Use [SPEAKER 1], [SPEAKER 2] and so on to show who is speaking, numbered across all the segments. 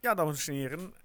[SPEAKER 1] Ja, dames en heren.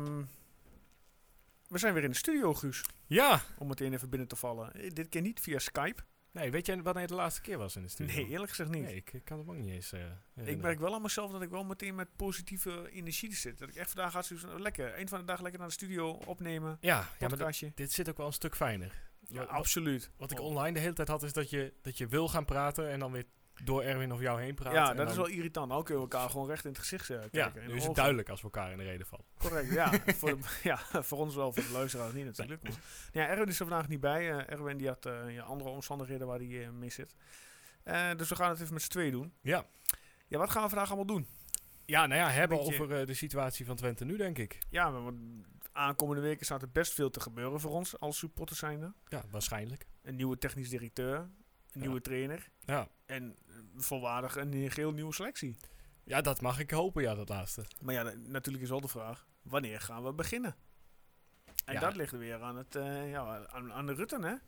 [SPEAKER 1] We zijn weer in de studio, Guus.
[SPEAKER 2] Ja.
[SPEAKER 1] Om meteen even binnen te vallen. Dit keer niet via Skype.
[SPEAKER 2] Nee, weet jij wanneer de laatste keer was in de studio?
[SPEAKER 1] Nee, eerlijk gezegd niet.
[SPEAKER 2] Nee, ik kan het ook niet eens.
[SPEAKER 1] Ik merk wel aan mezelf dat ik wel meteen met positieve energie zit. Dat ik echt vandaag ga lekker, eind van de dag lekker naar de studio opnemen.
[SPEAKER 2] Ja, maar dit zit ook wel een stuk fijner.
[SPEAKER 1] Ja, absoluut.
[SPEAKER 2] Wat ik online de hele tijd had, is dat je wil gaan praten en dan weer door Erwin of jou heen praten.
[SPEAKER 1] Ja, dat is wel irritant. Nou kunnen we elkaar gewoon recht in het gezicht kijken.
[SPEAKER 2] Ja, nu is het duidelijk als we elkaar in de reden vallen.
[SPEAKER 1] Correct, ja. Voor ons wel, voor de luisteraars niet natuurlijk. Maar. Ja, Erwin is er vandaag niet bij. Erwin die had andere omstandigheden waar hij mee zit. Dus we gaan het even met z'n tweeën doen.
[SPEAKER 2] Ja.
[SPEAKER 1] Ja, wat gaan we vandaag allemaal doen?
[SPEAKER 2] Ja, nou ja, hebben over de situatie van Twente nu, denk ik.
[SPEAKER 1] Ja, maar aankomende weken staat er best veel te gebeuren voor ons als supporters zijnde.
[SPEAKER 2] Ja, waarschijnlijk.
[SPEAKER 1] Een nieuwe technisch directeur, een nieuwe trainer.
[SPEAKER 2] Ja.
[SPEAKER 1] En volwaardig een geheel nieuwe selectie.
[SPEAKER 2] Ja, dat mag ik hopen, ja, dat laatste.
[SPEAKER 1] Maar ja, natuurlijk is wel de vraag, wanneer gaan we beginnen? En dat ligt weer aan het, aan de Rutten, hè?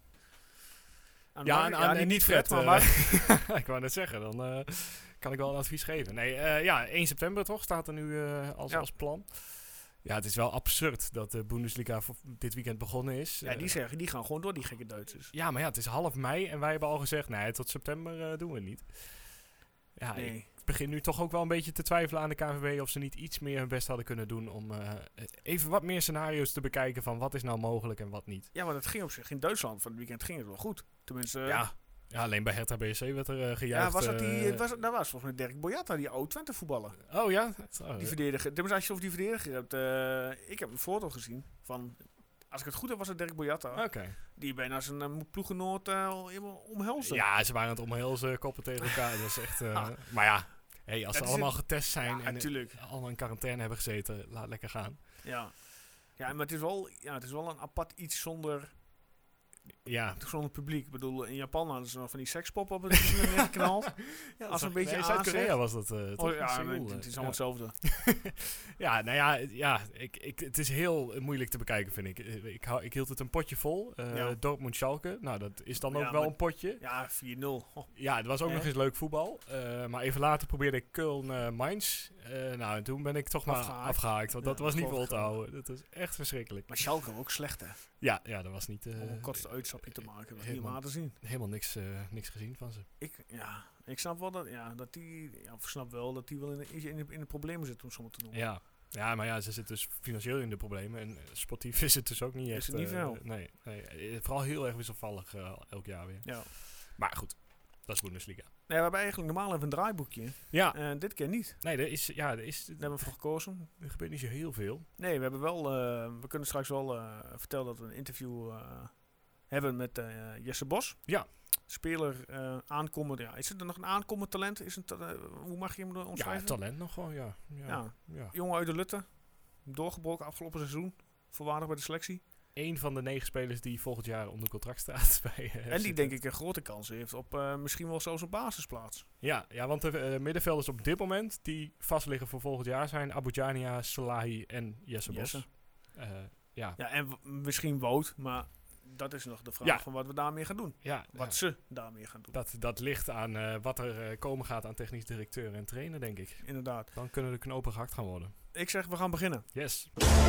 [SPEAKER 2] Aan niet Fred.
[SPEAKER 1] Maar
[SPEAKER 2] ik wou net zeggen, dan kan ik wel een advies geven. Nee, 1 september toch, staat er nu als plan. Ja, het is wel absurd dat de Bundesliga dit weekend begonnen is.
[SPEAKER 1] Ja, die gaan gewoon door, die gekke Duitsers.
[SPEAKER 2] Ja, maar ja, het is half mei en wij hebben al gezegd, nee, tot september doen we het niet. Ja, nee. Ik begin nu toch ook wel een beetje te twijfelen aan de KNVB of ze niet iets meer hun best hadden kunnen doen om even wat meer scenario's te bekijken van wat is nou mogelijk en wat niet.
[SPEAKER 1] Ja, maar dat ging op zich in Duitsland van het weekend ging het wel goed. Tenminste...
[SPEAKER 2] Ja, alleen bij Hertha BSC werd er gejuicht.
[SPEAKER 1] Ja, dat was volgens mij Dirk Boyata, die oud-Twente voetballer.
[SPEAKER 2] Oh ja?
[SPEAKER 1] Die verdediger. Tenminste, als je over die verdediger hebt... ik heb een foto gezien van... Als ik het goed heb, was het Dirk Boyata.
[SPEAKER 2] Okay.
[SPEAKER 1] Die bijna zijn ploeggenoot helemaal omhelzen.
[SPEAKER 2] Ja, ze waren aan het omhelzen, koppen tegen elkaar. Dat is echt... Maar ja, als ze allemaal getest zijn en allemaal in quarantaine hebben gezeten, laat lekker gaan.
[SPEAKER 1] Ja, maar het is wel een apart iets zonder...
[SPEAKER 2] Ja.
[SPEAKER 1] Zonder publiek. Ik bedoel, in Japan hadden ze nog van die sekspop op het neergeknald.
[SPEAKER 2] Ja,
[SPEAKER 1] als een beetje
[SPEAKER 2] Zuid-Korea was dat.
[SPEAKER 1] Het is allemaal hetzelfde.
[SPEAKER 2] Ja, nou ja, het is heel moeilijk te bekijken, vind ik. Ik hield het een potje vol. Dortmund Schalke. Nou, dat is dan ook wel een potje.
[SPEAKER 1] Ja, 4-0. Oh.
[SPEAKER 2] Ja, het was ook nog eens leuk voetbal. Maar even later probeerde ik Köln-Mainz. Nou, en toen ben ik toch maar afgehaakt. Want dat was niet vol te houden. Dat was echt verschrikkelijk.
[SPEAKER 1] Maar Schalke ook slecht, hè?
[SPEAKER 2] Ja, dat was niet...
[SPEAKER 1] om een kortste uitstapje te maken. Dat helemaal te zien.
[SPEAKER 2] Helemaal niks gezien van ze.
[SPEAKER 1] Ik snap wel dat die wel in de problemen zit, om zo maar te noemen.
[SPEAKER 2] Ja, maar ja, ze zitten dus financieel in de problemen. En sportief is het dus ook niet echt...
[SPEAKER 1] Is het niet veel?
[SPEAKER 2] Nee. Vooral heel erg wisselvallig elk jaar weer.
[SPEAKER 1] Ja.
[SPEAKER 2] Maar goed, dat is Bundesliga.
[SPEAKER 1] Nee, we hebben eigenlijk normaal even een draaiboekje.
[SPEAKER 2] Ja.
[SPEAKER 1] Dit keer niet.
[SPEAKER 2] Nee, daar hebben
[SPEAKER 1] we voor gekozen.
[SPEAKER 2] Er gebeurt niet zo heel veel.
[SPEAKER 1] Nee, we hebben wel... we kunnen straks wel vertellen dat we een interview hebben met Jesse Bos.
[SPEAKER 2] Ja.
[SPEAKER 1] Speler aankomend. Ja. Is het er nog een aankomend talent? Hoe mag je hem omschrijven?
[SPEAKER 2] Ja, talent nog gewoon, ja.
[SPEAKER 1] Jongen uit de Lutte. Doorgebroken afgelopen seizoen. Voorwaardig bij de selectie.
[SPEAKER 2] 1 van de 9 spelers die volgend jaar onder contract staat bij
[SPEAKER 1] en die denk ik een grote kans heeft op misschien wel zelfs een basisplaats.
[SPEAKER 2] Ja, want de middenvelders op dit moment die vast liggen voor volgend jaar zijn Abujania, Salahi en Jesse Bos. Ja,
[SPEAKER 1] en misschien Wout, maar dat is nog de vraag van wat we daarmee gaan doen.
[SPEAKER 2] Ja,
[SPEAKER 1] wat ze daarmee gaan doen.
[SPEAKER 2] Dat ligt aan wat er komen gaat aan technisch directeur en trainer, denk ik.
[SPEAKER 1] Inderdaad.
[SPEAKER 2] Dan kunnen de knopen gehakt gaan worden.
[SPEAKER 1] Ik zeg, we gaan beginnen.
[SPEAKER 2] Yes.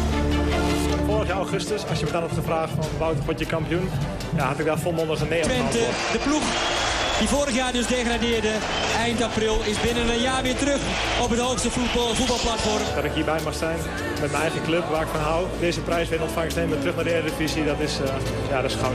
[SPEAKER 3] Vorig jaar augustus, als je me dan had gevraagd van Wouter, word je kampioen? Ja, had ik daar volmondig een nee op
[SPEAKER 4] Twente, de ploeg die vorig jaar dus degradeerde, eind april, is binnen een jaar weer terug op het hoogste voetbalplatform.
[SPEAKER 3] Dat ik hierbij mag zijn met mijn eigen club, waar ik van hou. Deze prijs weer in ontvangst nemen, terug naar de Eredivisie, dat is goud.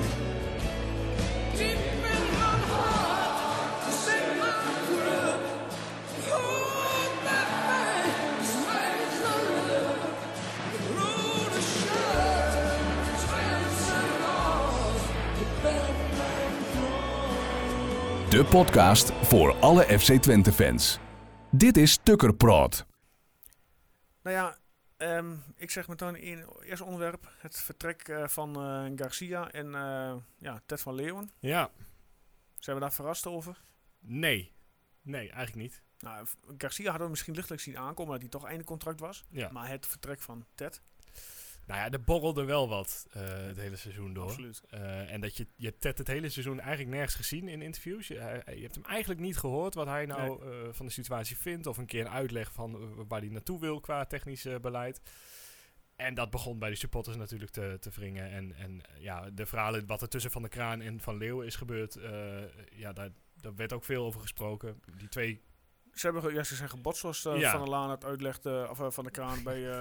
[SPEAKER 5] De podcast voor alle FC Twente fans. Dit is Tukkerpraat.
[SPEAKER 1] Nou ja, ik zeg meteen eerste onderwerp. Het vertrek van Garcia en Ted van Leeuwen.
[SPEAKER 2] Ja.
[SPEAKER 1] Zijn we daar verrast over?
[SPEAKER 2] Nee, eigenlijk niet.
[SPEAKER 1] Nou, Garcia hadden we misschien lichtelijk zien aankomen dat hij toch einde contract was.
[SPEAKER 2] Ja.
[SPEAKER 1] Maar het vertrek van Ted...
[SPEAKER 2] Nou ja, er borrelde wel wat het hele seizoen door.
[SPEAKER 1] Absoluut.
[SPEAKER 2] En dat je Ted het hele seizoen eigenlijk nergens gezien in interviews. Je hebt hem eigenlijk niet gehoord wat hij nou van de situatie vindt. Of een keer een uitleg van waar hij naartoe wil qua technisch beleid. En dat begon bij de supporters natuurlijk te wringen. En de verhalen wat er tussen Van der Kraan en Van Leeuwen is gebeurd. Daar werd ook veel over gesproken. Die twee...
[SPEAKER 1] Ze zijn gebotst zoals Van der Laan het uitlegde, of Van der Kraan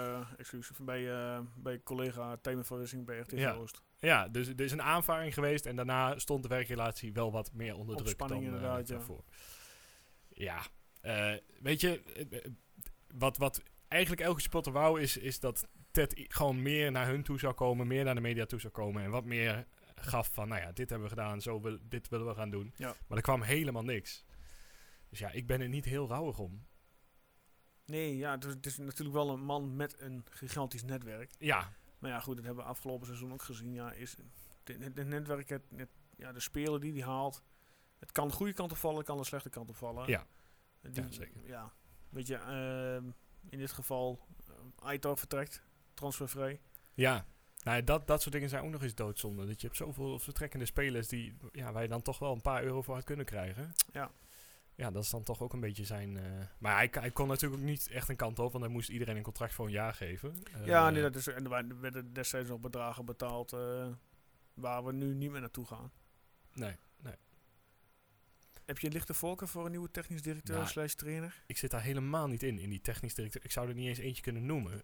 [SPEAKER 1] bij collega Themen van Wissing bij RTV Oost.
[SPEAKER 2] Ja, dus er is een aanvaring geweest en daarna stond de werkrelatie wel wat meer onder druk dan daarvoor. Ja, weet je, wat eigenlijk elke supporter wou is dat Ted gewoon meer naar hun toe zou komen, meer naar de media toe zou komen en wat meer gaf van, nou ja, dit hebben we gedaan, dit willen we gaan doen. Ja. Maar er kwam helemaal niks. Dus ja, ik ben er niet heel rouwig om.
[SPEAKER 1] Nee, ja, het is natuurlijk wel een man met een gigantisch netwerk.
[SPEAKER 2] Ja.
[SPEAKER 1] Maar ja, goed, dat hebben we afgelopen seizoen ook gezien. Ja, is het netwerk, de speler die haalt. Het kan de goede kant op vallen, het kan de slechte kant op vallen.
[SPEAKER 2] Ja, zeker.
[SPEAKER 1] Ja, weet je, in dit geval, Aitor vertrekt, transfervrij.
[SPEAKER 2] Ja. Nou, dat soort dingen zijn ook nog eens doodzonde. Dat je hebt zoveel vertrekkende spelers waar je dan toch wel een paar euro voor had kunnen krijgen.
[SPEAKER 1] Ja.
[SPEAKER 2] Ja, dat is dan toch ook een beetje zijn... maar hij kon natuurlijk ook niet echt een kant op, want hij moest iedereen een contract voor een jaar geven.
[SPEAKER 1] Dat is... En er werden destijds nog bedragen betaald waar we nu niet meer naartoe gaan.
[SPEAKER 2] Nee.
[SPEAKER 1] Heb je een lichte voorkeur voor een nieuwe technisch directeur / trainer?
[SPEAKER 2] Ik zit daar helemaal niet in die technisch directeur. Ik zou er niet eens eentje kunnen noemen.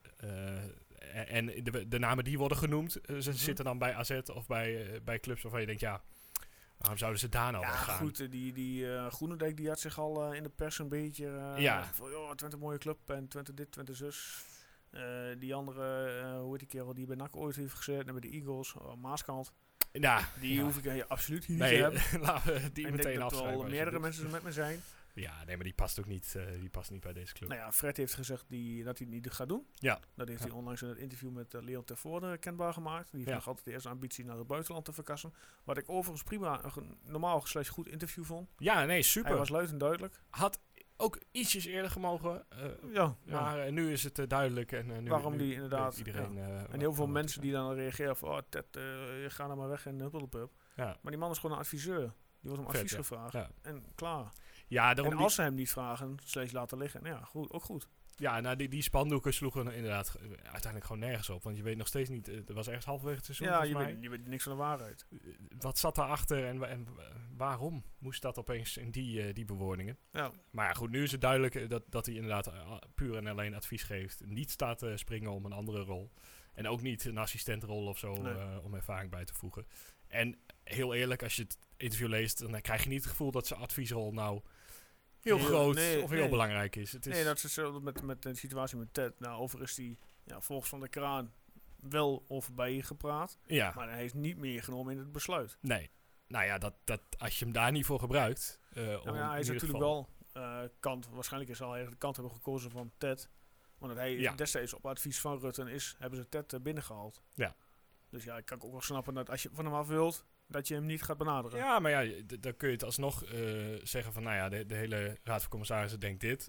[SPEAKER 2] En de namen die worden genoemd, ze zitten dan bij AZ of bij clubs waarvan je denkt, ja... Waarom zouden ze daar nou wel gaan?
[SPEAKER 1] Ja, goed, die Groenendijk die had zich al in de pers een beetje... van, Twente mooie club en Twente dit, Twente zus. Die andere, hoe heet die kerel die bij NAC ooit heeft gezet en bij de Eagles, Maaskant. Die hoef ik absoluut niet te hebben.
[SPEAKER 2] Laten we die
[SPEAKER 1] en
[SPEAKER 2] meteen afschrijven.
[SPEAKER 1] Ik denk dat er al meerdere mensen met me zijn.
[SPEAKER 2] Ja, nee, maar die past ook niet, die past niet bij deze club.
[SPEAKER 1] Nou ja, Fred heeft gezegd dat hij het niet gaat doen.
[SPEAKER 2] Ja.
[SPEAKER 1] Dat heeft hij onlangs in het interview met Leon Tervoorde kenbaar gemaakt. Die heeft nog altijd de eerste ambitie naar het buitenland te verkassen. Wat ik overigens prima, een normaal / goed interview vond.
[SPEAKER 2] Ja, nee, super.
[SPEAKER 1] Hij was luid en duidelijk.
[SPEAKER 2] Had ook ietsjes eerder gemogen. Maar nu is het duidelijk. En nu,
[SPEAKER 1] waarom die inderdaad...
[SPEAKER 2] Iedereen,
[SPEAKER 1] en heel veel mensen die dan reageren van... Ted, ga nou maar weg en huppeldepup. Ja. Maar die man is gewoon een adviseur. Die wordt om advies gevraagd. Ja. En klaar.
[SPEAKER 2] Ja, daarom
[SPEAKER 1] en als ze hem niet vragen, laten liggen. Nou ja, goed, ook goed.
[SPEAKER 2] Ja, nou die spandoeken sloegen inderdaad uiteindelijk gewoon nergens op. Want je weet nog steeds niet... Er was ergens halverwege het seizoen,
[SPEAKER 1] ja, je weet niks van de waarheid.
[SPEAKER 2] Wat zat daarachter en waarom moest dat opeens in die bewoordingen? Ja. Maar ja, goed, nu is het duidelijk dat hij inderdaad puur en alleen advies geeft. Niet staat te springen om een andere rol. En ook niet een assistentrol of zo om ervaring bij te voegen. En heel eerlijk, als je het interview leest, dan krijg je niet het gevoel dat zijn adviesrol nou... heel groot of heel belangrijk is. Het is.
[SPEAKER 1] Nee, dat is zo met de situatie met Ted. Nou, over is die volgens Van der Kraan wel over bijgepraat. Ja. Maar hij is niet meegenomen in het besluit.
[SPEAKER 2] Nee. Nou ja, dat als je hem daar niet voor gebruikt...
[SPEAKER 1] hij is natuurlijk wel kant... Waarschijnlijk is al de kant hebben gekozen van Ted. Want hij destijds op advies van Rutten hebben ze Ted binnengehaald. Ja. Dus ja, ik kan ook wel snappen dat als je van hem af wilt... dat je hem niet gaat benaderen.
[SPEAKER 2] Ja, maar ja, dan kun je het alsnog zeggen van... nou ja, de hele Raad van Commissarissen denkt dit.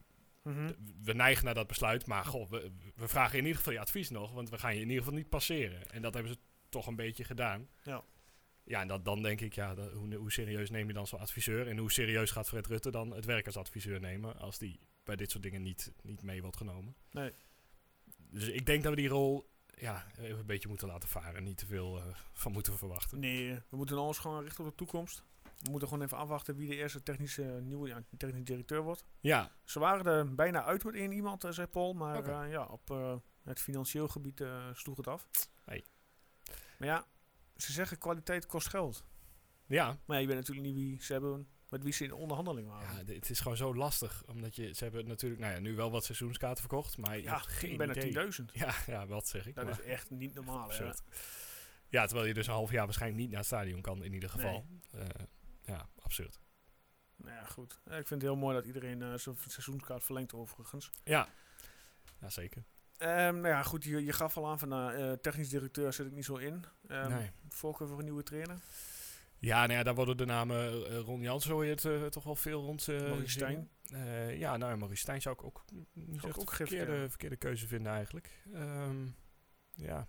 [SPEAKER 2] We neigen naar dat besluit. Maar goh, we vragen in ieder geval je advies nog. Want we gaan je in ieder geval niet passeren. En dat hebben ze toch een beetje gedaan. Ja. Ja, en dan denk ik, hoe serieus neem je dan zo'n adviseur? En hoe serieus gaat Fred Rutte dan het werk als adviseur nemen... als die bij dit soort dingen niet mee wordt genomen? Nee. Dus ik denk dat we die rol... even een beetje moeten laten varen. Niet te veel van moeten verwachten.
[SPEAKER 1] Nee, we moeten ons gewoon richten op de toekomst. We moeten gewoon even afwachten wie de eerste nieuwe technisch directeur wordt. Ja. Ze waren er bijna uit met één iemand, zei Paul. Maar op het financieel gebied sloeg het af. Hey. Maar ja, ze zeggen kwaliteit kost geld. Ja. Maar je weet natuurlijk niet wie ze hebben... met wie ze in de onderhandeling waren.
[SPEAKER 2] Ja, het is gewoon zo lastig. Omdat ze hebben natuurlijk nu wel wat seizoenskaarten verkocht. Maar je hebt geen
[SPEAKER 1] bijna
[SPEAKER 2] idee.
[SPEAKER 1] 10.000.
[SPEAKER 2] Ja, wat zeg ik.
[SPEAKER 1] Dat is echt niet normaal. Hè?
[SPEAKER 2] Ja, terwijl je dus een half jaar waarschijnlijk niet naar het stadion kan in ieder geval. Nee. Absurd.
[SPEAKER 1] Nou ja, goed. Ik vind het heel mooi dat iedereen zijn seizoenskaart verlengt overigens.
[SPEAKER 2] Ja zeker.
[SPEAKER 1] Goed, je gaf al aan van technisch directeur zit ik niet zo in. Voorkeur voor een nieuwe trainer?
[SPEAKER 2] Ja, daar worden de namen Ron Jansen hoor je het toch wel veel rond.
[SPEAKER 1] Maurice Stijn.
[SPEAKER 2] Maurice Stijn zou ik ook niet echt een verkeerde keuze vinden eigenlijk. Ja,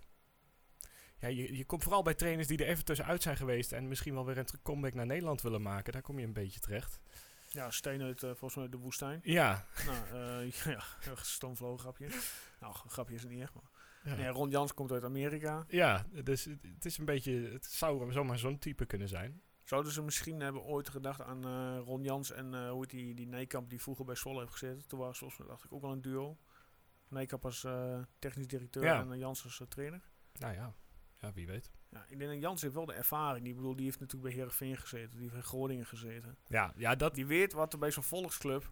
[SPEAKER 2] je komt vooral bij trainers die er even tussenuit zijn geweest en misschien wel weer een comeback naar Nederland willen maken. Daar kom je een beetje terecht.
[SPEAKER 1] Ja, Steen uit volgens mij de woestijn.
[SPEAKER 2] Ja.
[SPEAKER 1] Nou, stoomvloog grapje. Nou, grapje is het niet echt, maar...
[SPEAKER 2] Ja.
[SPEAKER 1] Nee, Ron Jans komt uit Amerika.
[SPEAKER 2] Ja, dus het is een beetje... Het zou zomaar zo'n type kunnen zijn.
[SPEAKER 1] Zouden ze misschien hebben ooit gedacht aan Ron Jans en hoe heet die Nijkamp die vroeger bij Zwolle heeft gezeten. Toen was dacht ik ook wel een duo. Nijkamp als technisch directeur en Jans als trainer.
[SPEAKER 2] Nou ja, wie weet.
[SPEAKER 1] Ja, ik denk dat Jans heeft wel de ervaring. Die heeft natuurlijk bij Heerenveen gezeten. Die heeft in Groningen gezeten.
[SPEAKER 2] Ja,
[SPEAKER 1] die weet wat er bij zo'n volksclub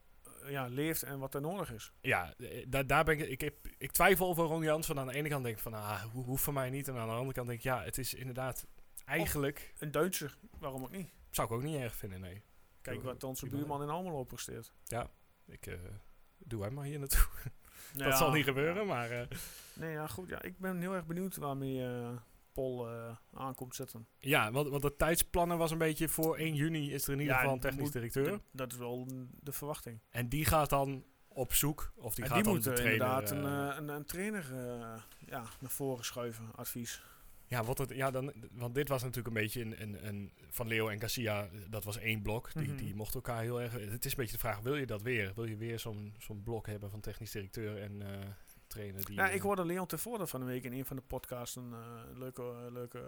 [SPEAKER 1] leeft en wat er nodig is.
[SPEAKER 2] Ja, daar ben ik twijfel over Ron Jans. Van aan de ene kant denk ik van, hoeft voor mij niet. En aan de andere kant denk ik, ja, het is inderdaad eigenlijk...
[SPEAKER 1] Of een Duitser, waarom ook niet?
[SPEAKER 2] Zou ik ook niet erg vinden, nee.
[SPEAKER 1] Kijk wat onze buurman in Almelo presteert.
[SPEAKER 2] Ja, ik doe hem maar hier naartoe. Dat zal niet gebeuren, maar...
[SPEAKER 1] Nee, ja, goed. Ja, ik ben heel erg benieuwd waarmee Paul aankomt zetten.
[SPEAKER 2] Ja, want de tijdsplannen was een beetje voor 1 juni is er in ieder geval een technisch directeur.
[SPEAKER 1] Dat is wel de verwachting.
[SPEAKER 2] En die gaat dan op zoek, of die gaat dan de trainer...
[SPEAKER 1] inderdaad een trainer naar voren schuiven, advies.
[SPEAKER 2] Ja, want dit was natuurlijk een beetje een Van Leeuw en Garcia, dat was 1 blok. Die mochten elkaar heel erg... Het is een beetje de vraag, wil je dat weer? Wil je weer zo'n blok hebben van technisch directeur en trainer?
[SPEAKER 1] Ik hoorde Leon Tevoorde van de week in een van de podcasts een leuke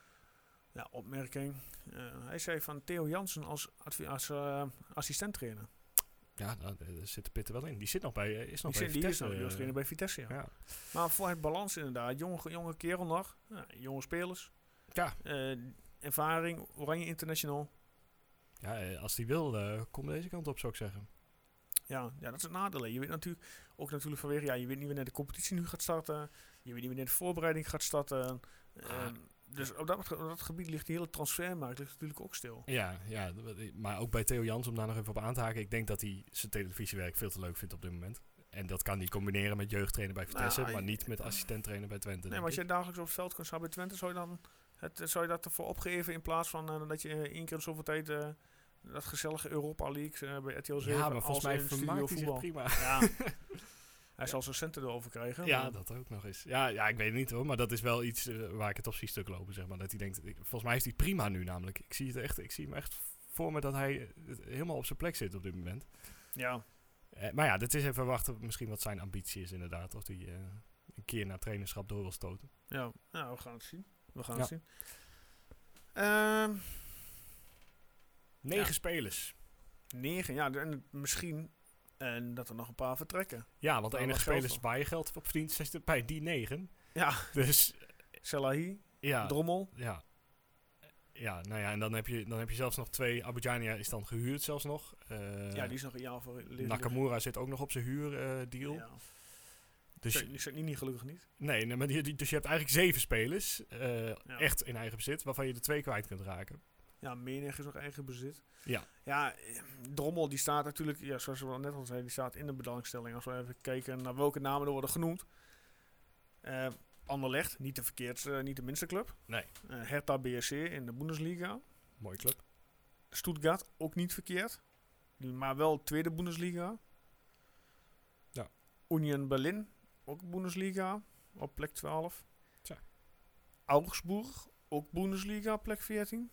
[SPEAKER 1] opmerking. Hij zei van Theo Jansen als assistent-trainer.
[SPEAKER 2] Ja, daar zit de pit er wel in. Die zit nog bij Vitesse.
[SPEAKER 1] Die is nog trainer bij Vitesse, ja. Maar voor het balans inderdaad. Jonge kerel nog. Jonge spelers.
[SPEAKER 2] Ja.
[SPEAKER 1] Ervaring. Oranje International.
[SPEAKER 2] Ja, als die wil, kom deze kant op, zou ik zeggen.
[SPEAKER 1] Ja, dat is het nadeel. Je weet natuurlijk vanwege... je weet niet wanneer de competitie nu gaat starten. Je weet niet wanneer de voorbereiding gaat starten. Dus op dat gebied ligt die hele transfermarkt natuurlijk ook stil. Ja,
[SPEAKER 2] maar ook bij Theo Jans, om daar nog even op aan te haken. Ik denk dat hij zijn televisiewerk veel te leuk vindt op dit moment. En dat kan hij combineren met jeugdtrainer bij Vitesse, maar niet met assistent-trainer bij Twente.
[SPEAKER 1] Nee, maar als je dagelijks op het veld kunt staan bij Twente, zou je dat ervoor opgeven in plaats van dat je 1 keer in zoveel tijd... dat gezellige Europa League bij RTL 7.
[SPEAKER 2] Ja, maar volgens mij vermaakt hij zich prima.
[SPEAKER 1] Ja. Hij zal zijn centen erover krijgen.
[SPEAKER 2] Ja, dat ook nog eens. Ja, ik weet het niet hoor, maar dat is wel iets waar ik het op zie stuk lopen, zeg maar. Dat hij denkt, volgens mij is hij prima nu namelijk. Ik zie hem echt voor me dat hij helemaal op zijn plek zit op dit moment.
[SPEAKER 1] Ja.
[SPEAKER 2] Maar ja, dit is even wachten misschien wat zijn ambitie is inderdaad. Of hij een keer naar trainerschap door wil stoten.
[SPEAKER 1] Ja, we gaan het zien.
[SPEAKER 2] 9 spelers.
[SPEAKER 1] 9, ja. En misschien... En dat er nog een paar vertrekken.
[SPEAKER 2] Ja, want de enige spelers waar je geld op verdient, zit bij die 9.
[SPEAKER 1] Ja.
[SPEAKER 2] Dus...
[SPEAKER 1] Salahi. Ja. Drommel.
[SPEAKER 2] Ja. Ja, nou ja, en dan heb je zelfs nog 2. Abidjania is dan gehuurd zelfs nog.
[SPEAKER 1] Die is nog een jaar voor...
[SPEAKER 2] Nakamura zit ook nog op zijn huurdeal.
[SPEAKER 1] Ja. Dus ik zit niet gelukkig niet.
[SPEAKER 2] Nee, maar dus je hebt eigenlijk 7 spelers. Echt in eigen bezit, waarvan je er 2 kwijt kunt raken.
[SPEAKER 1] Ja, Menig is nog eigen bezit.
[SPEAKER 2] Ja.
[SPEAKER 1] Ja, Drommel die staat natuurlijk, zoals we al net al zeiden, die staat in de belangstelling. Als we even kijken naar welke namen er worden genoemd. Anderlecht, niet de minste club.
[SPEAKER 2] Nee.
[SPEAKER 1] Hertha BSC in de Bundesliga.
[SPEAKER 2] Mooie club.
[SPEAKER 1] Stuttgart, ook niet verkeerd. Maar wel tweede Bundesliga.
[SPEAKER 2] Ja.
[SPEAKER 1] Union Berlin, ook Bundesliga, op plek 12.
[SPEAKER 2] Tja.
[SPEAKER 1] Augsburg, ook Bundesliga, plek 14.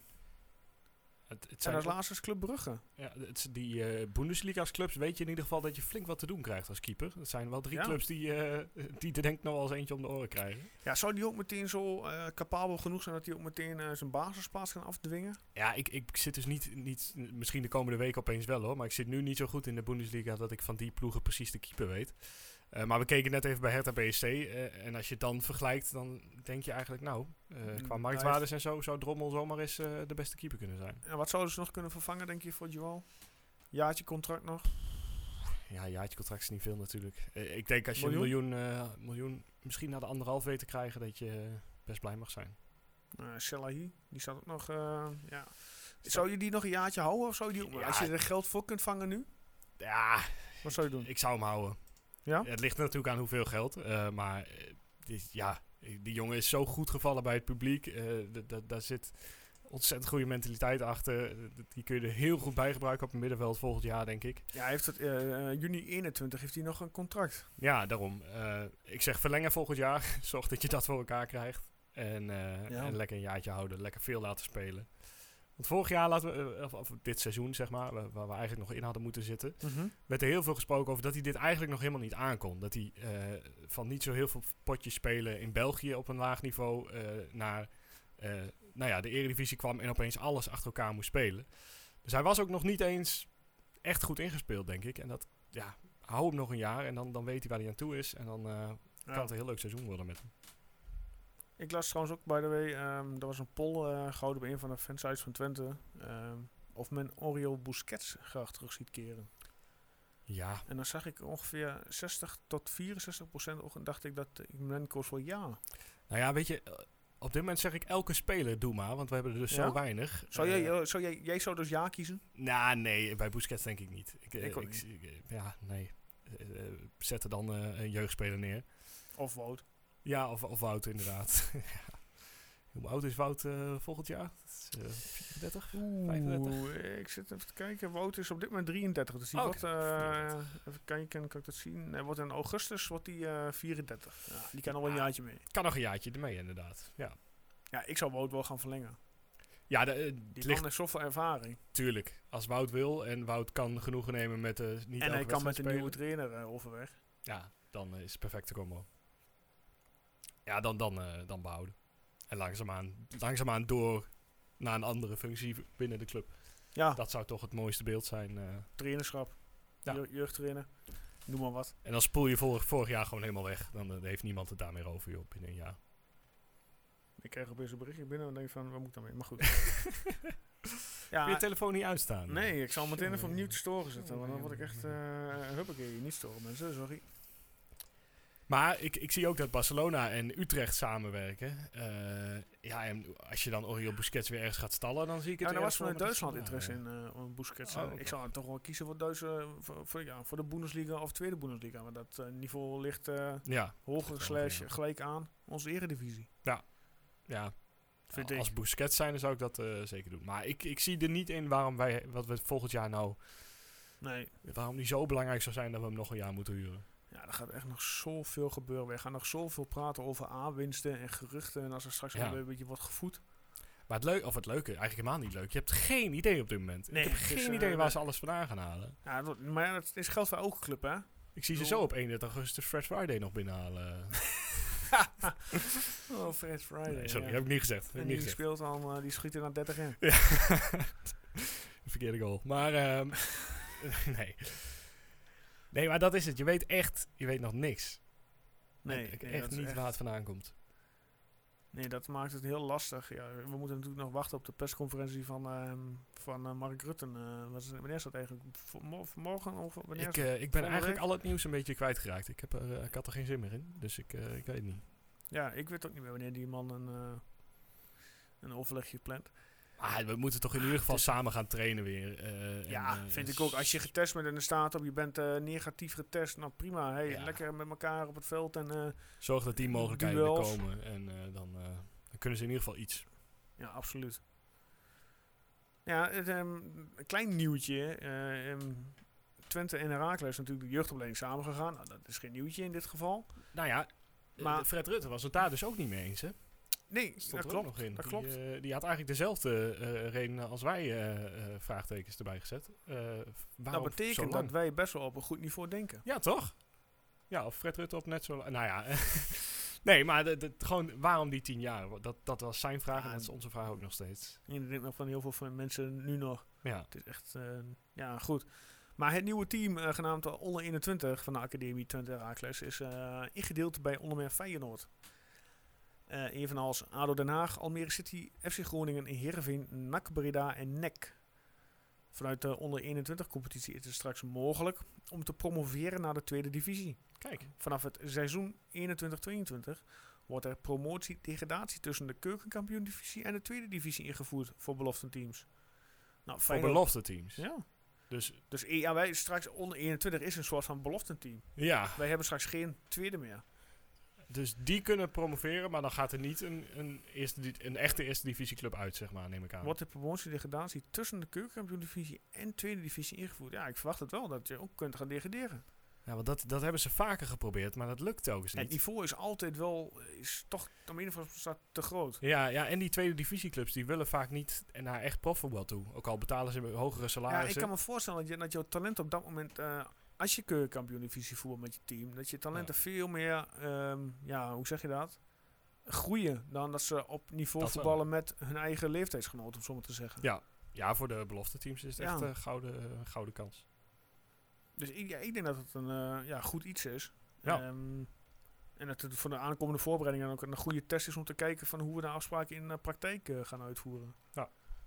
[SPEAKER 1] En als laatste is Club Brugge.
[SPEAKER 2] Ja, die Bundesliga's clubs weet je in ieder geval dat je flink wat te doen krijgt als keeper. Dat zijn wel 3 clubs die er denk ik nog wel eens eentje om de oren krijgen.
[SPEAKER 1] Ja, zou die ook meteen zo capabel genoeg zijn dat hij ook meteen zijn basisplaats kan afdwingen?
[SPEAKER 2] Ja, ik zit dus niet, misschien de komende week opeens wel hoor, maar ik zit nu niet zo goed in de Bundesliga dat ik van die ploegen precies de keeper weet. Maar we keken net even bij Hertha BSC en als je het dan vergelijkt, dan denk je eigenlijk qua marktwaardes en zo zou Drommel zomaar eens de beste keeper kunnen zijn.
[SPEAKER 1] En wat zouden ze nog kunnen vervangen, denk je, voor Joel? Jaartje contract nog?
[SPEAKER 2] Ja, jaartje contract is niet veel natuurlijk. Ik denk als je een miljoen misschien naar de 1,5 weet te krijgen, dat je best blij mag zijn.
[SPEAKER 1] Salahi, die staat ook nog... Zou je die nog een jaartje houden of zou je die als je er geld voor kunt vangen nu?
[SPEAKER 2] Ja.
[SPEAKER 1] Wat zou je doen?
[SPEAKER 2] Ik zou hem houden.
[SPEAKER 1] Ja?
[SPEAKER 2] Het ligt natuurlijk aan hoeveel geld. Maar die jongen is zo goed gevallen bij het publiek. Daar zit ontzettend goede mentaliteit achter. Die kun je er heel goed bij gebruiken op het middenveld volgend jaar, denk ik.
[SPEAKER 1] Ja, hij heeft het juni 21 heeft hij nog een contract.
[SPEAKER 2] Ja, daarom. Ik zeg verlengen volgend jaar. Zorg dat je dat voor elkaar krijgt. En lekker een jaartje houden. Lekker veel laten spelen. Want vorig jaar, of dit seizoen zeg maar, waar we eigenlijk nog in hadden moeten zitten, werd er heel veel gesproken over dat hij dit eigenlijk nog helemaal niet aankon. Dat hij van niet zo heel veel potjes spelen in België op een laag niveau naar de Eredivisie kwam en opeens alles achter elkaar moest spelen. Dus hij was ook nog niet eens echt goed ingespeeld, denk ik. En dat, hou hem nog een jaar en dan weet hij waar hij aan toe is. En dan kan het een heel leuk seizoen worden met hem.
[SPEAKER 1] Ik las trouwens ook, by the way, er was een poll gehouden bij een van de fansites van Twente. Of men Oriol Busquets graag terug ziet keren.
[SPEAKER 2] Ja.
[SPEAKER 1] En dan zag ik ongeveer 60 tot 64% en dacht ik dat men koos voor ja.
[SPEAKER 2] Nou ja, weet je, op dit moment zeg ik elke speler doe maar, want we hebben er dus zo weinig.
[SPEAKER 1] Jij zou dus ja kiezen?
[SPEAKER 2] Nou, nee, bij Busquets denk ik niet.
[SPEAKER 1] Nee.
[SPEAKER 2] Zet er dan een jeugdspeler neer.
[SPEAKER 1] Of Wout.
[SPEAKER 2] Ja, of Wout inderdaad. Hoe oud is Wout volgend jaar? 34? 35?
[SPEAKER 1] Ik zit even te kijken. Wout is op dit moment 33. Dus die wordt, even kijken, kan ik dat zien? Hij wordt in augustus wordt die 34. Ja, die kan al een jaartje mee.
[SPEAKER 2] Kan nog een jaartje ermee inderdaad.
[SPEAKER 1] Ja, ik zou Wout wel gaan verlengen.
[SPEAKER 2] Ja,
[SPEAKER 1] die man heeft zoveel ervaring.
[SPEAKER 2] Tuurlijk. Als Wout wil en Wout kan genoegen nemen met niet
[SPEAKER 1] en hij kan met een
[SPEAKER 2] spelen.
[SPEAKER 1] nieuwe trainer overweg.
[SPEAKER 2] Ja, dan is het perfecte combo. Ja, dan behouden. En langzaamaan door naar een andere functie binnen de club. Ja. Dat zou toch het mooiste beeld zijn.
[SPEAKER 1] Trainerschap. Ja. Jeugdtrainer. Noem maar wat.
[SPEAKER 2] En dan spoel je vorig jaar gewoon helemaal weg. Dan heeft niemand het daar meer over joh, binnen een jaar.
[SPEAKER 1] Ik krijg opeens een berichtje binnen en denk van, waar moet ik daarmee? Maar goed.
[SPEAKER 2] Kun je telefoon niet uitstaan?
[SPEAKER 1] Nee, ik zal meteen even opnieuw te storen zetten. Want dan word ik echt... huppakee, niet storen mensen, sorry.
[SPEAKER 2] Maar ik zie ook dat Barcelona en Utrecht samenwerken. En als je dan Oriol Busquets weer ergens gaat stallen, dan zie ik het.
[SPEAKER 1] Ja, er was vanuit Duitsland interesse in Busquets. Okay. Ik zou toch wel kiezen voor de Bundesliga of tweede Bundesliga. Want dat niveau ligt hoger / gelijk aan onze Eredivisie.
[SPEAKER 2] Ja. Als Busquets zijn, dan zou ik dat zeker doen. Maar ik zie er niet in wat we volgend jaar nou...
[SPEAKER 1] Nee.
[SPEAKER 2] Waarom die zo belangrijk zou zijn dat we hem nog een jaar moeten huren.
[SPEAKER 1] Ja, er gaat echt nog zoveel gebeuren. We gaan nog zoveel praten over aanwinsten en geruchten. En als er straks een beetje wordt gevoed.
[SPEAKER 2] Maar het leuke, eigenlijk helemaal niet leuk. Je hebt geen idee op dit moment.
[SPEAKER 1] Nee,
[SPEAKER 2] ik heb geen idee waar ze alles vandaan gaan halen.
[SPEAKER 1] Ja, maar het is geld voor elke club, hè?
[SPEAKER 2] Ik zie ze zo op 31 augustus Fred Friday nog binnenhalen.
[SPEAKER 1] Fred Friday.
[SPEAKER 2] Nee, sorry, heb ik niet gezegd.
[SPEAKER 1] Die speelt dan, die schiet er naar 30 in.
[SPEAKER 2] Ja. Verkeerde goal. Maar, nee. Nee, maar dat is het. Je weet nog niks.
[SPEAKER 1] Nee.
[SPEAKER 2] Echt niet waar het vandaan komt.
[SPEAKER 1] Nee, dat maakt het heel lastig. Ja, we moeten natuurlijk nog wachten op de persconferentie van Mark Rutte. Wanneer is dat eigenlijk? Morgen? Of wanneer
[SPEAKER 2] ik ben eigenlijk al het nieuws een beetje kwijtgeraakt. Ik had er geen zin meer in. Dus ik weet niet.
[SPEAKER 1] Ja, ik weet ook niet meer wanneer die man een overlegje plant.
[SPEAKER 2] We moeten toch in ieder geval samen gaan trainen weer.
[SPEAKER 1] Vind ik ook. Als je getest bent en er staat op, je bent negatief getest, nou prima. Lekker met elkaar op het veld. En
[SPEAKER 2] zorg dat die mogelijkheden er komen. En dan kunnen ze in ieder geval iets.
[SPEAKER 1] Ja, absoluut. Ja, een klein nieuwtje. Twente en Heracles natuurlijk de jeugdopleiding samengegaan. Nou, dat is geen nieuwtje in dit geval.
[SPEAKER 2] Nou ja, maar Fred Rutte was het daar dus ook niet mee eens, hè?
[SPEAKER 1] Nee, dat klopt.
[SPEAKER 2] Nog in.
[SPEAKER 1] Dat klopt.
[SPEAKER 2] Die had eigenlijk dezelfde reden als wij vraagtekens erbij gezet.
[SPEAKER 1] Dat betekent dat wij best wel op een goed niveau denken.
[SPEAKER 2] Ja, toch? Ja, of Fred Rutte op net zo... Nou ja, nee, maar gewoon waarom die 10 jaar? Dat was zijn vraag en dat is onze vraag ook nog steeds.
[SPEAKER 1] Ik denk nog van heel veel mensen nu nog.
[SPEAKER 2] Ja.
[SPEAKER 1] Het is echt, goed. Maar het nieuwe team, genaamd onder 21 van de Academie Twente Heracles, is ingedeeld bij onder meer Feyenoord. Evenals ADO Den Haag, Almere City, FC Groningen, Heerenveen, NAC Breda en NEC. Vanuit de onder 21 competitie is het straks mogelijk om te promoveren naar de tweede divisie.
[SPEAKER 2] Kijk.
[SPEAKER 1] Vanaf het seizoen 21-22 wordt er promotie-degradatie tussen de keukenkampioen-divisie en de tweede divisie ingevoerd voor belofteteams.
[SPEAKER 2] Nou, voor belofteteams?
[SPEAKER 1] Ja.
[SPEAKER 2] Dus
[SPEAKER 1] wij straks onder 21 is een soort van belofteteam.
[SPEAKER 2] Ja.
[SPEAKER 1] Wij hebben straks geen tweede meer.
[SPEAKER 2] Dus die kunnen promoveren, maar dan gaat er niet een echte eerste divisieclub uit, zeg maar, neem ik aan.
[SPEAKER 1] Wordt de promotiedegradatie tussen de keukenkampioen-divisie en tweede divisie ingevoerd? Ja, ik verwacht het wel, dat je ook kunt gaan degraderen.
[SPEAKER 2] Ja, want dat hebben ze vaker geprobeerd, maar dat lukt ook eens niet.
[SPEAKER 1] Het niveau is altijd wel, is toch om in ieder geval te groot.
[SPEAKER 2] Ja, en die tweede divisieclubs, die willen vaak niet naar echt profvoetbal toe. Ook al betalen ze hogere salarissen.
[SPEAKER 1] Ja, ik kan me voorstellen dat jouw talent op dat moment, als je keukenkampioen-divisie voert met je team, dat je talenten veel meer, hoe zeg je dat? Groeien dan dat ze op niveau dat voetballen met hun eigen leeftijdsgenoten, om zo maar te zeggen.
[SPEAKER 2] Ja, voor de belofte teams is het echt een gouden kans.
[SPEAKER 1] Dus ik denk dat het een goed iets is.
[SPEAKER 2] Ja.
[SPEAKER 1] En dat het voor de aankomende voorbereidingen ook een goede test is om te kijken van hoe we de afspraken in de praktijk gaan uitvoeren.
[SPEAKER 2] Ja.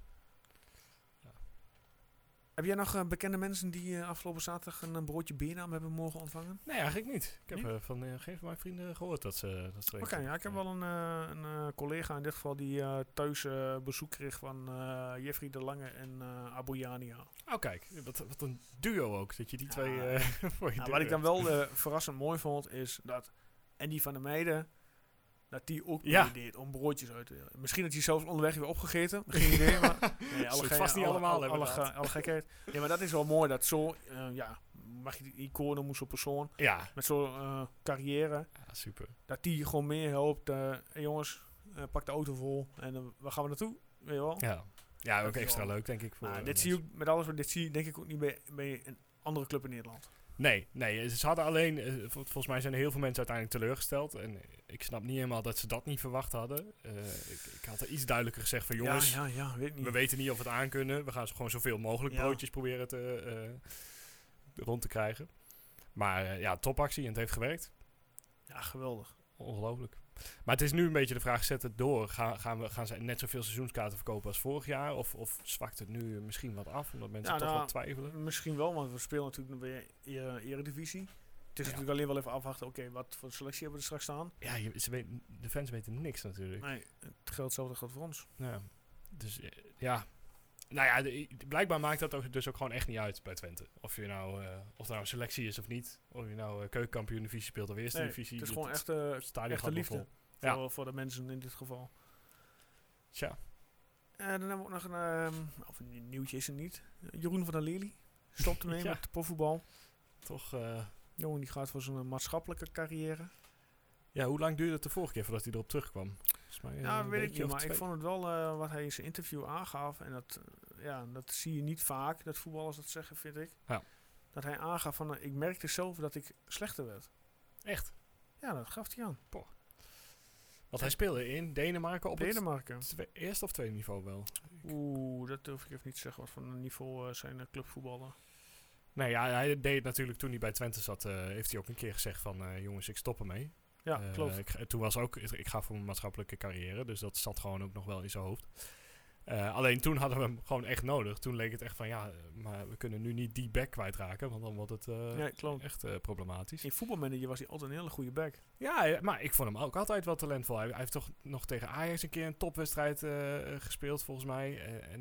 [SPEAKER 1] Heb jij nog bekende mensen die afgelopen zaterdag een broodje biernaam hebben mogen ontvangen?
[SPEAKER 2] Nee, eigenlijk niet. Ik heb van geen van mijn vrienden gehoord dat ze
[SPEAKER 1] Oké, ik heb wel een collega in dit geval die thuis bezoek kreeg van Jeffrey de Lange en Abouyania.
[SPEAKER 2] Oh kijk, wat een duo ook, dat je die twee voor je
[SPEAKER 1] wat ik dan wel verrassend mooi vond, is dat Andy van der Meijden, dat die ook deed om broodjes uit te delen. Misschien dat hij zelfs onderweg weer opgegeten. Geen idee, maar
[SPEAKER 2] vast niet allemaal
[SPEAKER 1] alle gekheid. Ja, maar dat is wel mooi, dat zo, mag je die icoon noemen, zo'n persoon.
[SPEAKER 2] Ja.
[SPEAKER 1] Met zo'n carrière.
[SPEAKER 2] Ja, super.
[SPEAKER 1] Dat die gewoon meer helpt. Hey jongens, pak de auto vol en waar gaan we naartoe? Weet je wel?
[SPEAKER 2] Ja, ook extra leuk, denk ik.
[SPEAKER 1] Dit zie je met alles, dit zie je denk ik ook niet bij een andere club in Nederland.
[SPEAKER 2] Nee, ze hadden alleen, volgens mij zijn er heel veel mensen uiteindelijk teleurgesteld. En ik snap niet helemaal dat ze dat niet verwacht hadden. Ik had er iets duidelijker gezegd van jongens,
[SPEAKER 1] weet niet.
[SPEAKER 2] We weten niet of we het aankunnen. We gaan gewoon zoveel mogelijk broodjes proberen rond te krijgen. Maar topactie en het heeft gewerkt.
[SPEAKER 1] Ja, geweldig.
[SPEAKER 2] Ongelooflijk. Maar het is nu een beetje de vraag, zet het door? Gaan ze net zoveel seizoenskaarten verkopen als vorig jaar? Of zwakt het nu misschien wat af, omdat mensen toch wat twijfelen?
[SPEAKER 1] Misschien wel, want we spelen natuurlijk weer Eredivisie. Het is natuurlijk alleen wel even afwachten, wat voor selectie hebben we er straks staan?
[SPEAKER 2] Ja, de fans weten niks natuurlijk.
[SPEAKER 1] Nee, het geldt voor ons.
[SPEAKER 2] Ja, dus Nou ja, blijkbaar maakt dat ook, dus ook gewoon echt niet uit bij Twente. Of er nou een selectie is of niet. Of je nou keukenkampioen-divisie speelt of eerste divisie.
[SPEAKER 1] Het is gewoon echt liefde voor de mensen in dit geval.
[SPEAKER 2] Tja.
[SPEAKER 1] Dan hebben we ook nog een nieuwtje is er niet. Jeroen van der Lely stopt ermee met profvoetbal.
[SPEAKER 2] Toch.
[SPEAKER 1] Jongen die gaat voor zijn maatschappelijke carrière.
[SPEAKER 2] Ja, hoe lang duurde het de vorige keer voordat hij erop terugkwam?
[SPEAKER 1] Mij, weet ik niet, maar ik vond het wel wat hij in zijn interview aangaf. En dat zie je niet vaak, dat voetballers dat zeggen, vind ik.
[SPEAKER 2] Ja.
[SPEAKER 1] Dat hij aangaf van, ik merkte zelf dat ik slechter werd.
[SPEAKER 2] Echt?
[SPEAKER 1] Ja, dat gaf hij aan.
[SPEAKER 2] Poh. Want hij speelde in Denemarken op
[SPEAKER 1] het
[SPEAKER 2] eerste of tweede niveau wel?
[SPEAKER 1] Dat durf ik even niet te zeggen wat voor een niveau zijn clubvoetballen.
[SPEAKER 2] Nee, ja, hij deed het natuurlijk toen hij bij Twente zat, heeft hij ook een keer gezegd van, jongens, ik stop ermee.
[SPEAKER 1] Ja, klopt.
[SPEAKER 2] Toen was ook, ik ga voor mijn maatschappelijke carrière, dus dat zat gewoon ook nog wel in zijn hoofd. Alleen toen hadden we hem gewoon echt nodig. Toen leek het echt van, maar we kunnen nu niet die back kwijtraken, want dan wordt het echt problematisch.
[SPEAKER 1] In voetbalmanager was hij altijd een hele goede back.
[SPEAKER 2] Ja, maar ik vond hem ook altijd wel talentvol. Hij heeft toch nog tegen Ajax een keer een topwedstrijd gespeeld, volgens mij.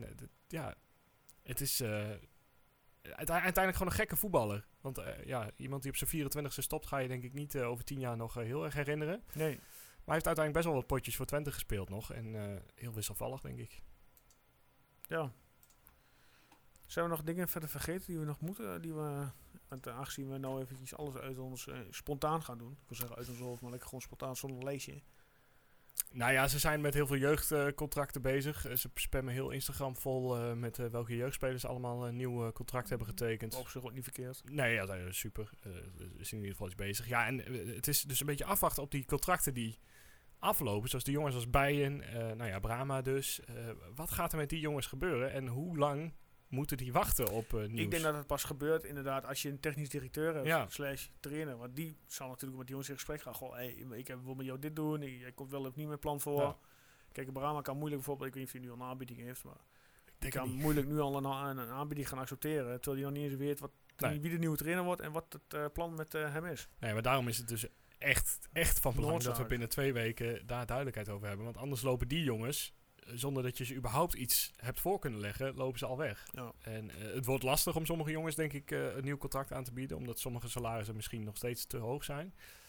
[SPEAKER 2] Het is uiteindelijk gewoon een gekke voetballer. Want iemand die op zijn 24e stopt, ga je denk ik niet over 10 jaar nog heel erg herinneren.
[SPEAKER 1] Nee.
[SPEAKER 2] Maar hij heeft uiteindelijk best wel wat potjes voor Twente gespeeld nog. En heel wisselvallig, denk ik.
[SPEAKER 1] Ja. Zijn we nog dingen verder vergeten die we nog moeten? Aangezien we nou eventjes alles uit ons spontaan gaan doen. Ik wil zeggen uit ons hoofd, maar lekker gewoon spontaan zonder lijstje.
[SPEAKER 2] Nou ja, ze zijn met heel veel jeugdcontracten bezig. Ze spammen heel Instagram vol met welke jeugdspelers allemaal een nieuw contract hebben getekend.
[SPEAKER 1] Op zich ook niet verkeerd.
[SPEAKER 2] Nee, ja, super. Is in ieder geval iets bezig. Ja, en het is dus een beetje afwachten op die contracten die aflopen. Zoals de jongens als Bijen, Brama dus. Wat gaat er met die jongens gebeuren en hoe lang moeten die wachten op nieuws?
[SPEAKER 1] Ik denk dat het pas gebeurt inderdaad als je een technisch directeur hebt, / trainer. Want die zal natuurlijk met die jongens in gesprek gaan. Goh, ik wil met jou dit doen. Jij komt wel of niet met plan voor. Ja. Kijk, Brahma kan moeilijk bijvoorbeeld, ik weet niet of hij nu al een aanbieding heeft, maar die kan moeilijk nu al een aanbieding gaan accepteren. Terwijl hij nog niet eens weet wie de nieuwe trainer wordt en wat het plan met hem is.
[SPEAKER 2] Nee, maar daarom is het dus echt van belang dat we binnen 2 weken daar duidelijkheid over hebben. Want anders lopen die jongens, zonder dat je ze überhaupt iets hebt voor kunnen leggen, lopen ze al weg. Ja. En het wordt lastig om sommige jongens, denk ik, een nieuw contract aan te bieden, omdat sommige salarissen misschien nog steeds te hoog zijn.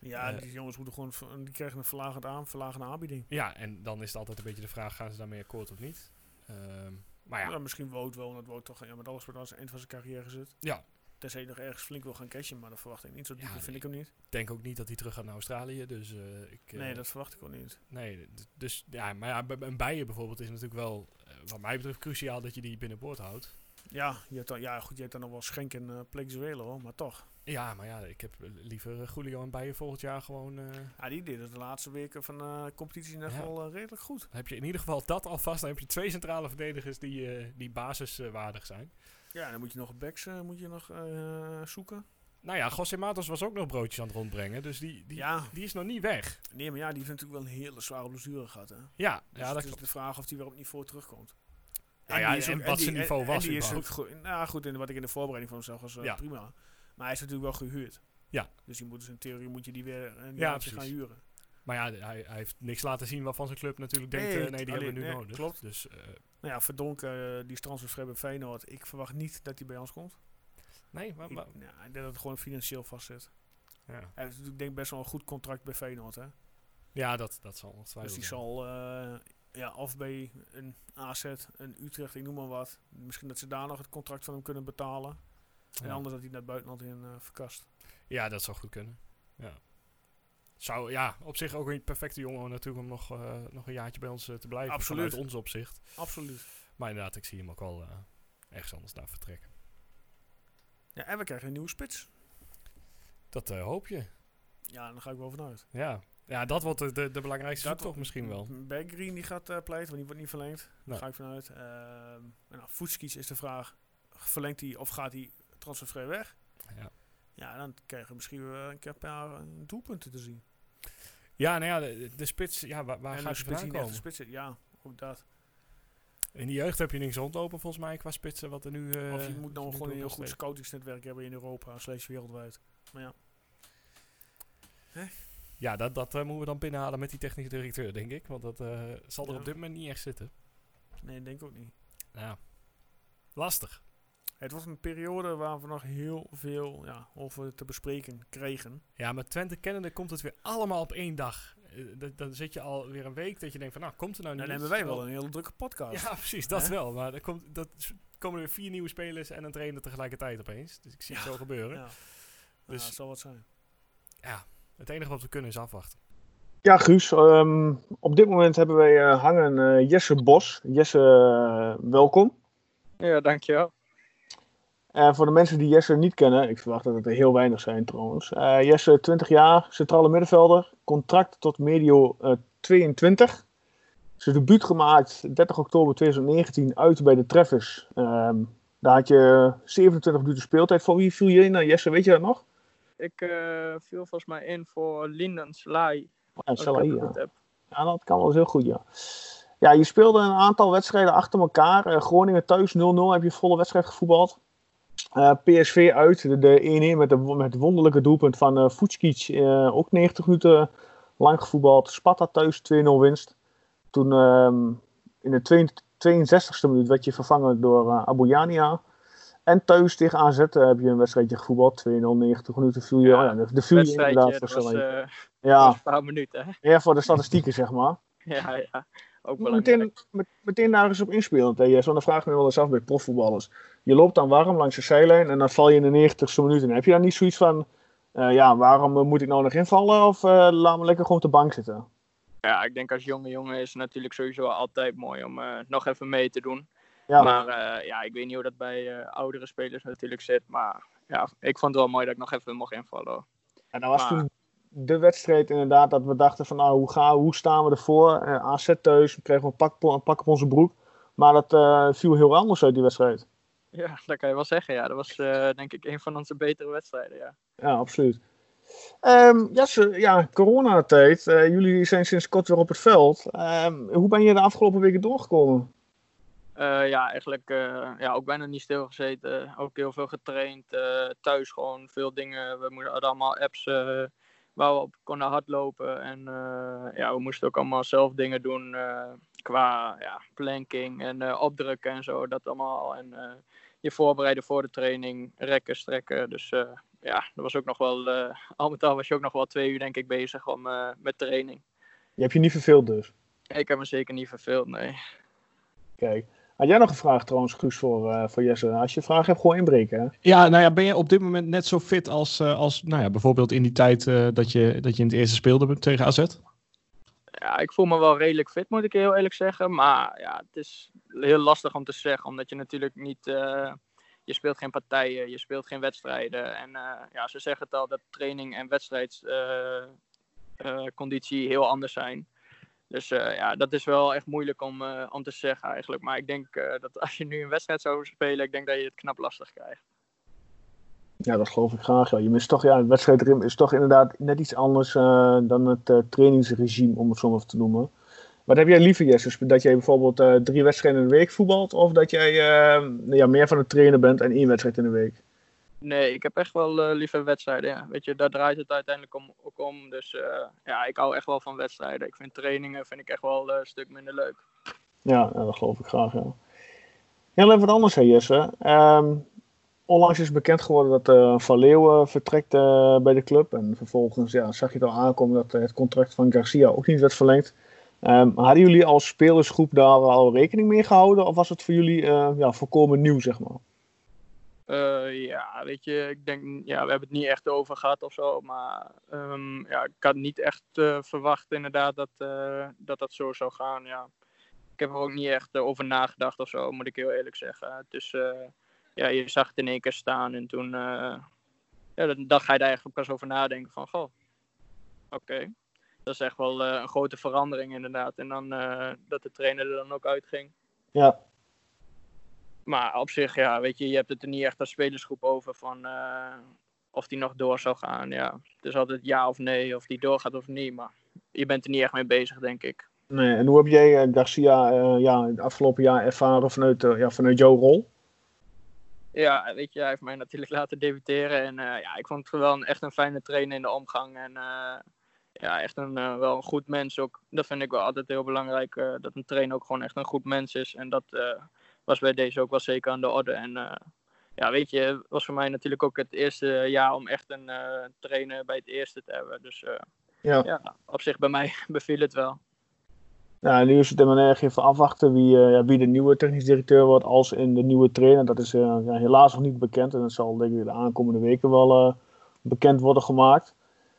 [SPEAKER 1] Ja, die jongens moeten gewoon, die krijgen een verlagende aanbieding.
[SPEAKER 2] Ja, en dan is het altijd een beetje de vraag, gaan ze daarmee akkoord of niet? Maar ja.
[SPEAKER 1] Misschien Wout wel, omdat Wout toch met alles wat aan het eind van zijn carrière zit.
[SPEAKER 2] Ja.
[SPEAKER 1] Tenzij je nog ergens flink wil gaan cashen, maar dat verwacht ik niet. Zo diep vind ik hem niet.
[SPEAKER 2] Ik denk ook niet dat hij terug gaat naar Australië, dus
[SPEAKER 1] nee, dat verwacht ik ook niet.
[SPEAKER 2] Nee, dus ja, maar ja, een Bijen bijvoorbeeld is natuurlijk wel, wat mij betreft, cruciaal dat je die binnenboord houdt.
[SPEAKER 1] Ja, je hebt dan nog wel Schenk en Plexuelo hoor, maar toch.
[SPEAKER 2] Ja, maar ja, ik heb liever Julio en Bijen volgend jaar gewoon...
[SPEAKER 1] Ja, die deden de laatste weken van de competitie in ieder geval redelijk goed.
[SPEAKER 2] Dan heb je in ieder geval dat alvast. Dan heb je 2 centrale verdedigers die basiswaardig zijn.
[SPEAKER 1] Ja, en dan moet je nog backs zoeken.
[SPEAKER 2] Nou ja, José Matos was ook nog broodjes aan het rondbrengen. Dus die is nog niet weg.
[SPEAKER 1] Nee, maar ja, die heeft natuurlijk wel een hele zware blessure gehad. Hè?
[SPEAKER 2] Ja,
[SPEAKER 1] dus
[SPEAKER 2] ja, dat
[SPEAKER 1] is
[SPEAKER 2] klopt.
[SPEAKER 1] de vraag of hij weer op niveau terugkomt.
[SPEAKER 2] En wat zijn niveau was.
[SPEAKER 1] En die is ook goed, en wat ik in de voorbereiding van hem zag was prima. Maar hij is natuurlijk wel gehuurd.
[SPEAKER 2] Ja.
[SPEAKER 1] Dus in theorie moet je die weer een
[SPEAKER 2] jaartje
[SPEAKER 1] gaan huren.
[SPEAKER 2] Maar ja, hij heeft niks laten zien waarvan zijn club natuurlijk denkt, die hebben we nu nodig.
[SPEAKER 1] Klopt.
[SPEAKER 2] Dus,
[SPEAKER 1] nou ja, Verdonken, die is transfervrij bij Feyenoord. Ik verwacht niet dat hij bij ons komt.
[SPEAKER 2] Nee, maar...
[SPEAKER 1] Ik denk dat het gewoon financieel vastzit.
[SPEAKER 2] Ja.
[SPEAKER 1] Hij heeft natuurlijk denk best wel een goed contract bij Feyenoord, hè?
[SPEAKER 2] Ja, dat zal ongetwijfeld.
[SPEAKER 1] Dus die zal of bij een AZ, een Utrecht, ik noem maar wat. Misschien dat ze daar nog het contract van hem kunnen betalen. En anders dat hij naar het buitenland in verkast.
[SPEAKER 2] Ja, dat zou goed kunnen. Ja. Zou op zich ook een perfecte jongen natuurlijk om nog een jaartje bij ons te blijven.
[SPEAKER 1] Absoluut.
[SPEAKER 2] Vanuit ons opzicht.
[SPEAKER 1] Absoluut.
[SPEAKER 2] Maar inderdaad, ik zie hem ook wel ergens anders naar vertrekken.
[SPEAKER 1] Ja, en we krijgen een nieuwe spits.
[SPEAKER 2] Dat hoop je.
[SPEAKER 1] Ja, daar ga ik wel vanuit.
[SPEAKER 2] Ja, dat wordt de belangrijkste zoektocht misschien wel.
[SPEAKER 1] Berggreen die gaat pleiten, want die wordt niet verlengd. Daar ga ik vanuit. Fučkić is de vraag. Verlengt hij of gaat hij transfervrij weg? Ja, dan krijgen we misschien een keer een paar doelpunten te zien.
[SPEAKER 2] Ja, nou ja, de spits, waar gaat hij vandaan komen?
[SPEAKER 1] Spits, ja, ook dat.
[SPEAKER 2] In de jeugd heb je niks rondlopen volgens mij qua spitsen wat er nu...
[SPEAKER 1] of je moet dan gewoon een heel goed scoutingsnetwerk hebben in Europa, / wereldwijd. Maar ja.
[SPEAKER 2] Ja, dat moeten we dan binnenhalen met die technische directeur, denk ik. Want dat zal er op dit moment niet echt zitten.
[SPEAKER 1] Nee, denk ik ook niet.
[SPEAKER 2] Ja, lastig.
[SPEAKER 1] Het was een periode waar we nog heel veel over te bespreken kregen.
[SPEAKER 2] Ja, maar Twente kennende komt het weer allemaal op 1 dag. Dan zit je alweer een week dat je denkt van, komt er nou niet?
[SPEAKER 1] Dan hebben wij wel een hele drukke podcast.
[SPEAKER 2] Ja, precies, dat wel. Maar er komen er weer 4 nieuwe spelers en een trainer tegelijkertijd opeens. Dus ik zie het zo gebeuren.
[SPEAKER 1] Ja.
[SPEAKER 2] Dus
[SPEAKER 1] het zal wat zijn.
[SPEAKER 2] Ja, het enige wat we kunnen is afwachten.
[SPEAKER 6] Ja, Guus. Op dit moment hebben wij hangen Jesse Bos. Jesse, welkom.
[SPEAKER 7] Ja, dankjewel.
[SPEAKER 6] Voor de mensen die Jesse niet kennen, ik verwacht dat het er heel weinig zijn trouwens. Jesse, 20 jaar, centrale middenvelder, contract tot medio 22. Zijn debuut gemaakt 30 oktober 2019 uit bij de Treffers. Daar had je 27 minuten speeltijd. Voor wie viel je in? Jesse, weet je dat nog?
[SPEAKER 7] Ik viel volgens mij in voor Linden Salai.
[SPEAKER 6] Ja, dat kan wel eens heel goed, ja. Ja, je speelde een aantal wedstrijden achter elkaar. Groningen thuis 0-0 heb je volle wedstrijd gevoetbald. PSV uit, de 1-1 met het wonderlijke doelpunt van Fučkić. Ook 90 minuten lang gevoetbald. Sparta thuis 2-0 winst. Toen in de 62e minuut werd je vervangen door Abouania. En thuis tegen AZ heb je een wedstrijdje gevoetbald. 2-0, 90 minuten viel je. De viel je inderdaad voor
[SPEAKER 7] was een paar minuten. Hè?
[SPEAKER 6] Ja, voor de statistieken zeg maar.
[SPEAKER 7] Ja. Ook belangrijk.
[SPEAKER 6] Meteen daar eens op inspelen. Want dan vraag ik me wel eens af bij profvoetballers. Je loopt dan warm langs de zijlijn en dan val je in de 90ste minuut. En heb je dan niet zoiets van, waarom moet ik nou nog invallen? Of laat me lekker gewoon op de bank zitten?
[SPEAKER 7] Ja, ik denk als jonge jongen is het natuurlijk sowieso altijd mooi om nog even mee te doen.
[SPEAKER 6] Ja.
[SPEAKER 7] Maar ik weet niet hoe dat bij oudere spelers natuurlijk zit. Maar ja, ik vond het wel mooi dat ik nog even mocht invallen.
[SPEAKER 6] En dan was toen de wedstrijd inderdaad dat we dachten van hoe staan we ervoor? AZ thuis, we kregen een pak op onze broek. Maar dat viel heel anders uit die wedstrijd.
[SPEAKER 7] Ja, dat kan je wel zeggen. Ja. Dat was denk ik een van onze betere wedstrijden. Ja,
[SPEAKER 6] ja absoluut. Coronatijd. Jullie zijn sinds kort weer op het veld. Hoe ben je de afgelopen weken doorgekomen?
[SPEAKER 7] Eigenlijk ook bijna niet stilgezeten. Ook heel veel getraind. Thuis gewoon veel dingen. We hadden allemaal apps waar we op konden hardlopen. En we moesten ook allemaal zelf dingen doen qua planking en opdrukken en zo. Dat allemaal. En je voorbereiden voor de training, rekken, strekken. Dus dat was ook nog wel, al met al was je ook nog wel 2 uur denk ik bezig met training.
[SPEAKER 6] Je hebt je niet verveeld dus?
[SPEAKER 7] Ik heb me zeker niet verveeld, nee.
[SPEAKER 6] Kijk. Had jij nog een vraag trouwens, Guus, voor Jesse? Als je een vraag hebt, gewoon inbreken. Hè?
[SPEAKER 8] Ja, nou ja, ben je op dit moment net zo fit als nou ja, bijvoorbeeld in die tijd dat je in het eerste speelde tegen AZ?
[SPEAKER 7] Ja, ik voel me wel redelijk fit, moet ik heel eerlijk zeggen. Maar ja, het is heel lastig om te zeggen, omdat je natuurlijk niet... je speelt geen partijen, je speelt geen wedstrijden. En ze zeggen het al, dat training en wedstrijdconditie heel anders zijn. Dus dat is wel echt moeilijk om te zeggen eigenlijk. Maar ik denk dat als je nu een wedstrijd zou spelen, ik denk dat je het knap lastig krijgt.
[SPEAKER 6] Ja, dat geloof ik graag. Ja. Je mist toch, het wedstrijdritme is toch inderdaad net iets anders dan het trainingsregime, om het zo maar te noemen. Wat heb jij liever, Jesse? Dat jij bijvoorbeeld 3 wedstrijden in de week voetbalt? Of dat jij meer van het trainen bent en 1 wedstrijd in de week?
[SPEAKER 7] Nee, ik heb echt wel liever wedstrijden. Ja. Weet je, daar draait het uiteindelijk ook om. Dus ik hou echt wel van wedstrijden. Ik vind trainingen echt wel een stuk minder leuk.
[SPEAKER 6] Ja, dat geloof ik graag, ja. Heel even wat anders, hè, Jesse. Onlangs is bekend geworden dat Van Leeuwen vertrekt bij de club. En vervolgens zag je het al aankomen dat het contract van Garcia ook niet werd verlengd. Hadden jullie als spelersgroep daar al rekening mee gehouden? Of was het voor jullie volkomen nieuw, zeg maar?
[SPEAKER 7] Weet je, ik denk, we hebben het niet echt over gehad of zo. Maar ik had niet echt verwacht inderdaad dat zo zou gaan, ja. Ik heb er ook niet echt over nagedacht of zo, moet ik heel eerlijk zeggen. Dus je zag het in één keer staan en toen dan ga je daar eigenlijk pas over nadenken van, goh, oké. Dat is echt wel een grote verandering inderdaad. En dan dat de trainer er dan ook uitging.
[SPEAKER 6] Ja.
[SPEAKER 7] Maar op zich, weet je hebt het er niet echt als spelersgroep over van of die nog door zou gaan. Ja, het is altijd ja of nee, of die doorgaat of niet. Maar je bent er niet echt mee bezig, denk ik.
[SPEAKER 6] Nee, en hoe heb jij Garcia het afgelopen jaar ervaren vanuit jouw rol?
[SPEAKER 7] Ja, weet je, hij heeft mij natuurlijk laten debuteren. En ik vond het wel echt een fijne trainer in de omgang. En echt wel een goed mens ook. Dat vind ik wel altijd heel belangrijk. Dat een trainer ook gewoon echt een goed mens is. En dat was bij deze ook wel zeker aan de orde. En weet je, het was voor mij natuurlijk ook het eerste jaar om echt een trainer bij het eerste te hebben. Dus op zich bij mij beviel het wel.
[SPEAKER 6] Ja, nu is het helemaal erg even afwachten wie de nieuwe technisch directeur wordt als in de nieuwe trainer. Dat is helaas nog niet bekend. En dat zal denk ik de aankomende weken wel bekend worden gemaakt.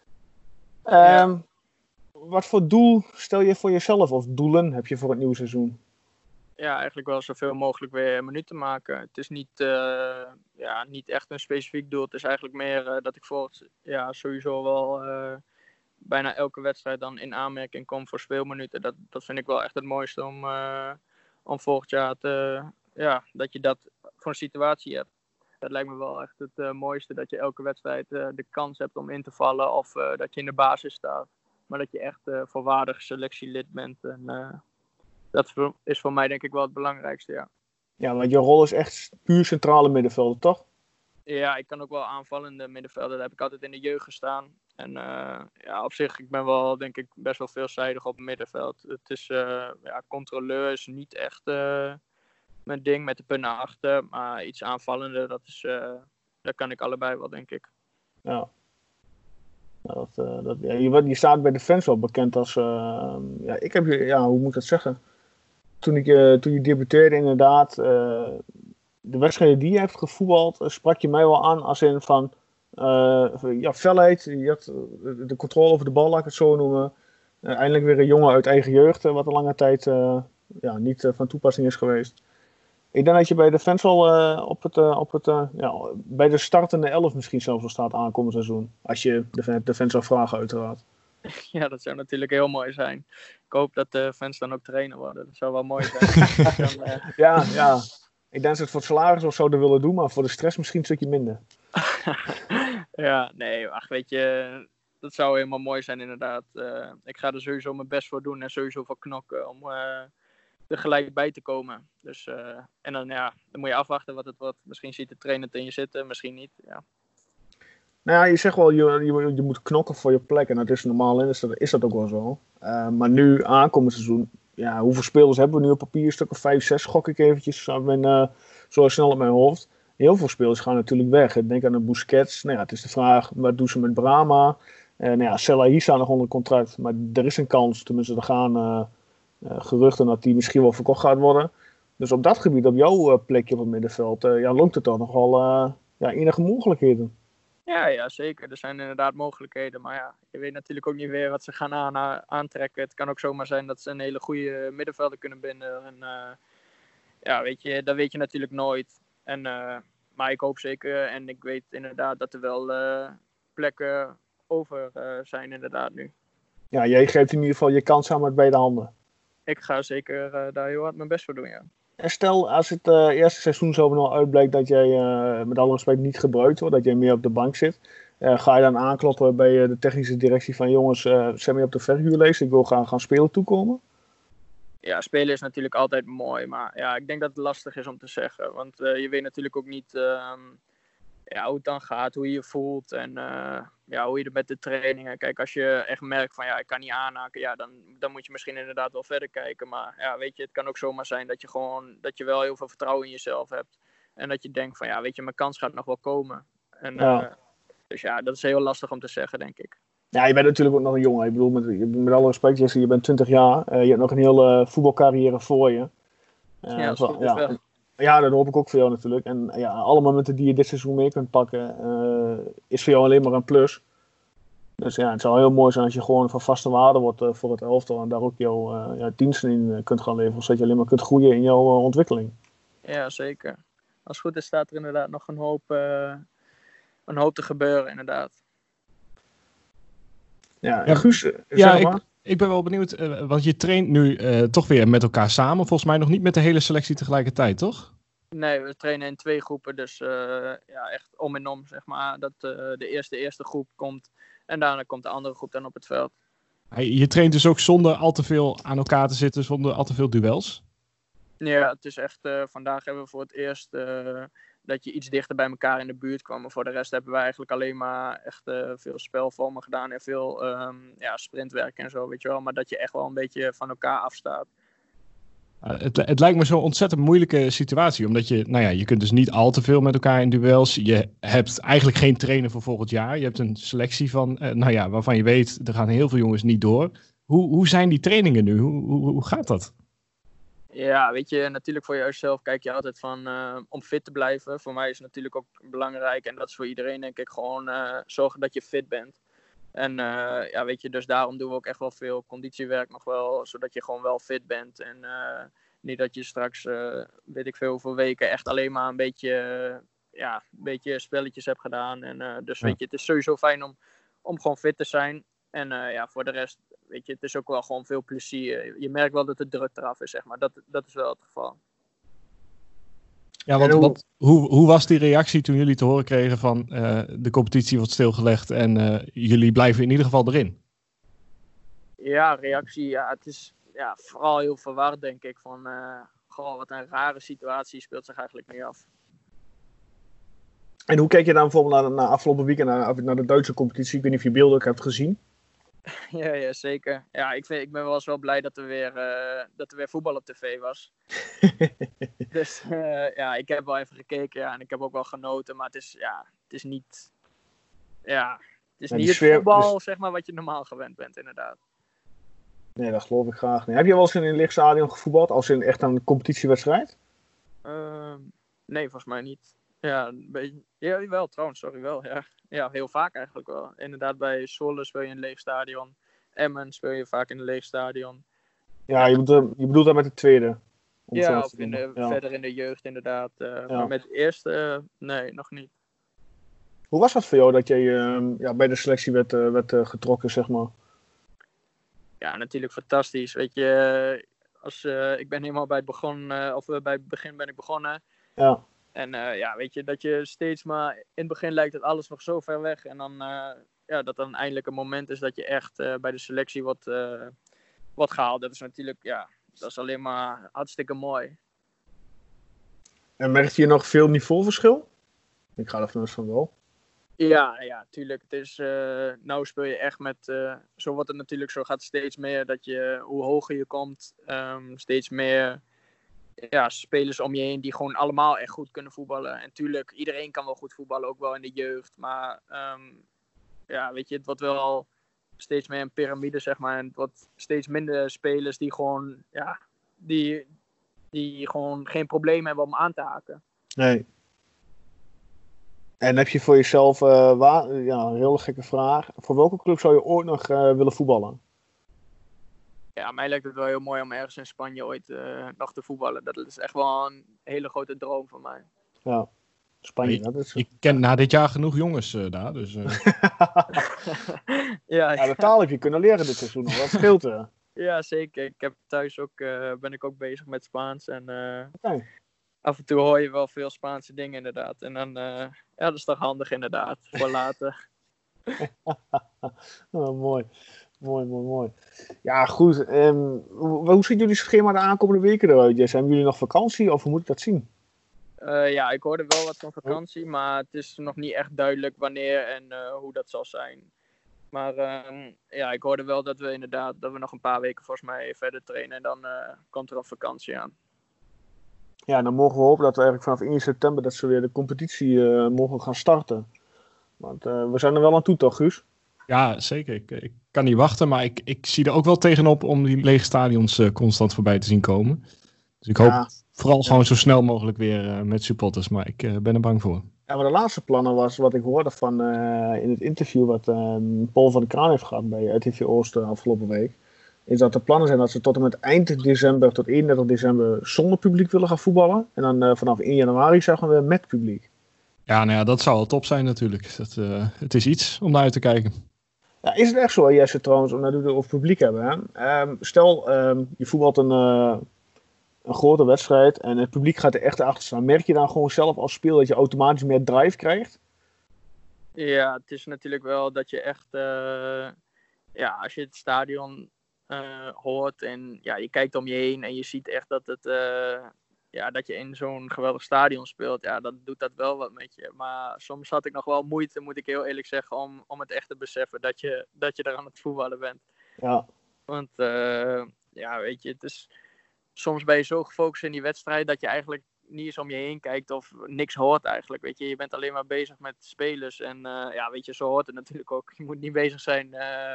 [SPEAKER 6] Wat voor doel stel je voor jezelf of doelen heb je voor het nieuwe seizoen?
[SPEAKER 7] Ja, eigenlijk wel zoveel mogelijk weer minuten maken. Het is niet echt een specifiek doel. Het is eigenlijk meer dat ik sowieso wel bijna elke wedstrijd dan in aanmerking kom voor speelminuten. Dat vind ik wel echt het mooiste om volgend jaar dat je dat voor een situatie hebt. Dat lijkt me wel echt het mooiste, dat je elke wedstrijd de kans hebt om in te vallen of dat je in de basis staat. Maar dat je echt volwaardig selectielid bent. En dat is voor mij denk ik wel het belangrijkste, ja. Ja,
[SPEAKER 6] want je rol is echt puur centrale middenvelder, toch?
[SPEAKER 7] Ja, ik kan ook wel aanvallende middenvelder. Daar heb ik altijd in de jeugd gestaan. En op zich, ik ben wel denk ik best wel veelzijdig op het middenveld. Het is, controleur is niet echt mijn ding met de punten achter. Maar iets aanvallender, dat kan ik allebei wel, denk ik.
[SPEAKER 6] Ja. Je staat bij de fans wel bekend als... hoe moet ik dat zeggen? Toen je debuteerde inderdaad... de wedstrijden die je hebt gevoetbald... sprak je mij wel aan als in van... felheid. Je had de controle over de bal, laat ik het zo noemen. Eindelijk weer een jongen uit eigen jeugd... wat een lange tijd niet van toepassing is geweest. Ik denk dat je bij de fans al bij de startende 11 misschien zelfs al staat aankomend seizoen. Als je de fans zou vragen, uiteraard.
[SPEAKER 7] Ja, dat zou natuurlijk heel mooi zijn. Ik hoop dat de fans dan ook trainer worden. Dat zou wel mooi zijn.
[SPEAKER 6] Ja. Ik denk dat ze het voor het salaris of zouden willen doen, maar voor de stress misschien een stukje minder.
[SPEAKER 7] Weet je, dat zou helemaal mooi zijn inderdaad. Ik ga er sowieso mijn best voor doen en sowieso voor knokken om er gelijk bij te komen. Dus, en dan moet je afwachten wat het wordt. Misschien ziet de trainer het in je zitten, misschien niet. Ja.
[SPEAKER 6] Nou ja, je zegt wel, je moet knokken voor je plek. En dat is normaal en is dat ook wel zo. Maar nu, aankomend seizoen, hoeveel spelers hebben we nu op papier? Een stuk of 5, 6 gok ik eventjes zo snel op mijn hoofd. heel veel spelers gaan natuurlijk weg. Denk aan een Busquets. Nou ja, het is de vraag, wat doen ze met Brahma? Nou ja, Selahi staat nog onder contract. Maar er is een kans, tenminste er gaan geruchten dat die misschien wel verkocht gaat worden. Dus op dat gebied, op jouw plekje op het middenveld, lonkt het toch nog wel enige mogelijkheden.
[SPEAKER 7] Ja, zeker. Er zijn inderdaad mogelijkheden. Maar ja, je weet natuurlijk ook niet weer wat ze gaan aantrekken. Het kan ook zomaar zijn dat ze een hele goede middenvelder kunnen binden. En dat weet je natuurlijk nooit. Maar ik hoop zeker en ik weet inderdaad dat er wel plekken over zijn inderdaad nu.
[SPEAKER 6] Ja, jij geeft in ieder geval je kans aan met beide handen.
[SPEAKER 7] Ik ga zeker daar heel hard mijn best voor doen, ja.
[SPEAKER 6] En stel, als het eerste seizoen zo nog uitblijkt dat jij met alle respect niet gebruikt wordt, dat jij meer op de bank zit, ga je dan aankloppen bij de technische directie van jongens, zet mij op de verhuurlijst, ik wil gaan spelen toekomen?
[SPEAKER 7] Ja, spelen is natuurlijk altijd mooi, maar ja, ik denk dat het lastig is om te zeggen. Want je weet natuurlijk ook niet hoe het dan gaat, hoe je je voelt en hoe je er met de trainingen. Kijk, als je echt merkt van ik kan niet aanhaken, dan moet je misschien inderdaad wel verder kijken. Maar ja, weet je, het kan ook zomaar zijn dat je wel heel veel vertrouwen in jezelf hebt. En dat je denkt van weet je, mijn kans gaat nog wel komen. En, dus dat is heel lastig om te zeggen, denk ik. Ja,
[SPEAKER 6] je bent natuurlijk ook nog een jongen. Ik bedoel, met alle respect, Jesse, je bent 20 jaar. Je hebt nog een hele voetbalcarrière voor je.
[SPEAKER 7] Dat is goed, dus wel.
[SPEAKER 6] Ja, dat hoop ik ook voor jou natuurlijk. En alle momenten die je dit seizoen mee kunt pakken, is voor jou alleen maar een plus. Dus het zou heel mooi zijn als je gewoon van vaste waarde wordt voor het elftal. En daar ook jouw diensten in kunt gaan leveren. Zodat je alleen maar kunt groeien in jouw ontwikkeling.
[SPEAKER 7] Ja, zeker. Als het goed is staat er inderdaad nog een hoop te gebeuren, inderdaad.
[SPEAKER 6] Ja, Guus, zeg maar.
[SPEAKER 8] Ik ben wel benieuwd, want je traint nu toch weer met elkaar samen. Volgens mij nog niet met de hele selectie tegelijkertijd, toch?
[SPEAKER 7] Nee, we trainen in 2 groepen. Dus echt om en om, zeg maar. Dat de eerste groep komt en daarna komt de andere groep dan op het veld.
[SPEAKER 8] Je traint dus ook zonder al te veel aan elkaar te zitten, zonder al te veel duels?
[SPEAKER 7] Ja, het is echt, vandaag hebben we voor het eerst dat je iets dichter bij elkaar in de buurt kwam. Maar voor de rest hebben we eigenlijk alleen maar echt veel spelvormen gedaan en veel sprintwerk en zo, weet je wel. Maar dat je echt wel een beetje van elkaar afstaat.
[SPEAKER 8] Het lijkt me zo'n ontzettend moeilijke situatie, omdat je kunt dus niet al te veel met elkaar in duels. Je hebt eigenlijk geen trainer voor volgend jaar. Je hebt een selectie van, waarvan je weet, er gaan heel veel jongens niet door. Hoe zijn die trainingen nu? Hoe gaat dat?
[SPEAKER 7] Ja, weet je, natuurlijk voor jezelf kijk je altijd van om fit te blijven. Voor mij is het natuurlijk ook belangrijk en dat is voor iedereen denk ik gewoon zorgen dat je fit bent. En weet je, dus daarom doen we ook echt wel veel conditiewerk nog wel, zodat je gewoon wel fit bent. En niet dat je straks, weet ik veel hoeveel weken, echt alleen maar een beetje spelletjes hebt gedaan. En dus weet je, het is sowieso fijn om gewoon fit te zijn. En voor de rest, weet je, het is ook wel gewoon veel plezier. Je merkt wel dat de druk eraf is, zeg maar. Dat is wel het geval.
[SPEAKER 8] Ja, want hoe was die reactie toen jullie te horen kregen van de competitie wordt stilgelegd en jullie blijven in ieder geval erin?
[SPEAKER 7] Ja, reactie, het is vooral heel verward, denk ik. Van, wat een rare situatie speelt zich eigenlijk nu af.
[SPEAKER 6] En hoe kijk je dan bijvoorbeeld naar afgelopen weekend naar de Duitse competitie? Ik weet niet of je beelden ook hebt gezien.
[SPEAKER 7] Ja, zeker. Ja, ik ben wel eens wel blij dat er weer voetbal op tv was. Dus ik heb wel even gekeken en ik heb ook wel genoten. Maar het is niet het voetbal zeg maar, wat je normaal gewend bent, inderdaad.
[SPEAKER 6] Nee, dat geloof ik graag niet. Heb je wel eens in een licht stadion gevoetbald? Als in echt een competitiewedstrijd?
[SPEAKER 7] Nee, volgens mij niet. Ja, een beetje. Ja, wel trouwens, sorry, wel. Ja. Ja, heel vaak eigenlijk wel. Inderdaad, bij Zwolle speel je in een leeg stadion. Emmen speel je vaak in een leeg stadion.
[SPEAKER 6] Ja, je bedoelt dat met de tweede?
[SPEAKER 7] Ja, of verder in de jeugd inderdaad. Maar met de eerste, nee, nog niet.
[SPEAKER 6] Hoe was dat voor jou dat jij bij de selectie werd getrokken, zeg maar?
[SPEAKER 7] Ja, natuurlijk fantastisch. Weet je, ik ben helemaal bij het begin ben ik begonnen.
[SPEAKER 6] Ja.
[SPEAKER 7] En weet je, dat je steeds maar... In het begin lijkt het alles nog zo ver weg. En dan dat dan eindelijk een moment is dat je echt bij de selectie wordt gehaald. Dat is natuurlijk, dat is alleen maar hartstikke mooi.
[SPEAKER 6] En merkte je nog veel niveauverschil? Ik ga er vanuit van wel.
[SPEAKER 7] Ja, tuurlijk. Het is, nou speel je echt met... zo wordt het natuurlijk, zo gaat het steeds meer dat je... Hoe hoger je komt, steeds meer... spelers om je heen die gewoon allemaal echt goed kunnen voetballen. En tuurlijk, iedereen kan wel goed voetballen, ook wel in de jeugd. Maar weet je, het wordt wel steeds meer een piramide, zeg maar. En het wordt steeds minder spelers die gewoon, die gewoon geen probleem hebben om aan te haken.
[SPEAKER 6] Nee. En heb je voor jezelf, een hele gekke vraag. Voor welke club zou je ooit nog willen voetballen?
[SPEAKER 7] Ja, mij lijkt het wel heel mooi om ergens in Spanje ooit nog te voetballen. Dat is echt wel een hele grote droom van mij.
[SPEAKER 6] Ja, Spanje. Dat is...
[SPEAKER 8] Je kent na dit jaar genoeg jongens daar, dus...
[SPEAKER 6] de taal heb je kunnen leren dit seizoen. Wat scheelt er?
[SPEAKER 7] Ja, zeker. Ik heb thuis ook, ben ik ook bezig met Spaans. En
[SPEAKER 6] Okay.
[SPEAKER 7] Af en toe hoor je wel veel Spaanse dingen inderdaad. En dan, dat is toch handig inderdaad, voor later.
[SPEAKER 6] Mooi. Ja, goed. Hoe ziet jullie schema de aankomende weken eruit? Jesse? Hebben jullie nog vakantie of hoe moet ik dat zien?
[SPEAKER 7] Ik hoorde wel wat van vakantie, maar het is nog niet echt duidelijk wanneer en hoe dat zal zijn. Maar ik hoorde wel dat we nog een paar weken volgens mij verder trainen en dan komt er een vakantie aan.
[SPEAKER 6] Ja, dan mogen we hopen dat we eigenlijk vanaf 1 september dat ze weer de competitie mogen gaan starten. Want we zijn er wel aan toe toch, Guus?
[SPEAKER 8] Ja, zeker. Ik kan niet wachten, maar ik zie er ook wel tegenop om die lege stadions constant voorbij te zien komen. Dus ik hoop vooral gewoon zo snel mogelijk weer met supporters, maar ik ben er bang voor.
[SPEAKER 6] Ja, maar de laatste plannen was wat ik hoorde van in het interview wat Paul van der Kraan heeft gehad bij RTV Oost afgelopen week. Is dat de plannen zijn dat ze tot en met eind december, tot 31 december zonder publiek willen gaan voetballen. En dan vanaf 1 januari zeggen we met publiek.
[SPEAKER 8] Ja, nou ja, dat zou wel top zijn natuurlijk. Het is iets om naar uit te kijken.
[SPEAKER 6] Ja, is het echt zo, Jesse, trouwens, omdat we het over publiek hebben? Hè? Stel, je voetbalt een grote wedstrijd en het publiek gaat er echt achter staan. Merk je dan gewoon zelf als speler dat je automatisch meer drive krijgt?
[SPEAKER 7] Ja, het is natuurlijk wel dat je echt... als je het stadion hoort en je kijkt om je heen en je ziet echt dat het... dat je in zo'n geweldig stadion speelt, dat doet dat wel wat met je. Maar soms had ik nog wel moeite, moet ik heel eerlijk zeggen, om het echt te beseffen dat je er aan het voetballen bent.
[SPEAKER 6] Ja.
[SPEAKER 7] Want, weet je, het is... Soms ben je zo gefocust in die wedstrijd dat je eigenlijk niet eens om je heen kijkt of niks hoort eigenlijk, weet je. Je bent alleen maar bezig met spelers en weet je, zo hoort het natuurlijk ook. Je moet niet bezig zijn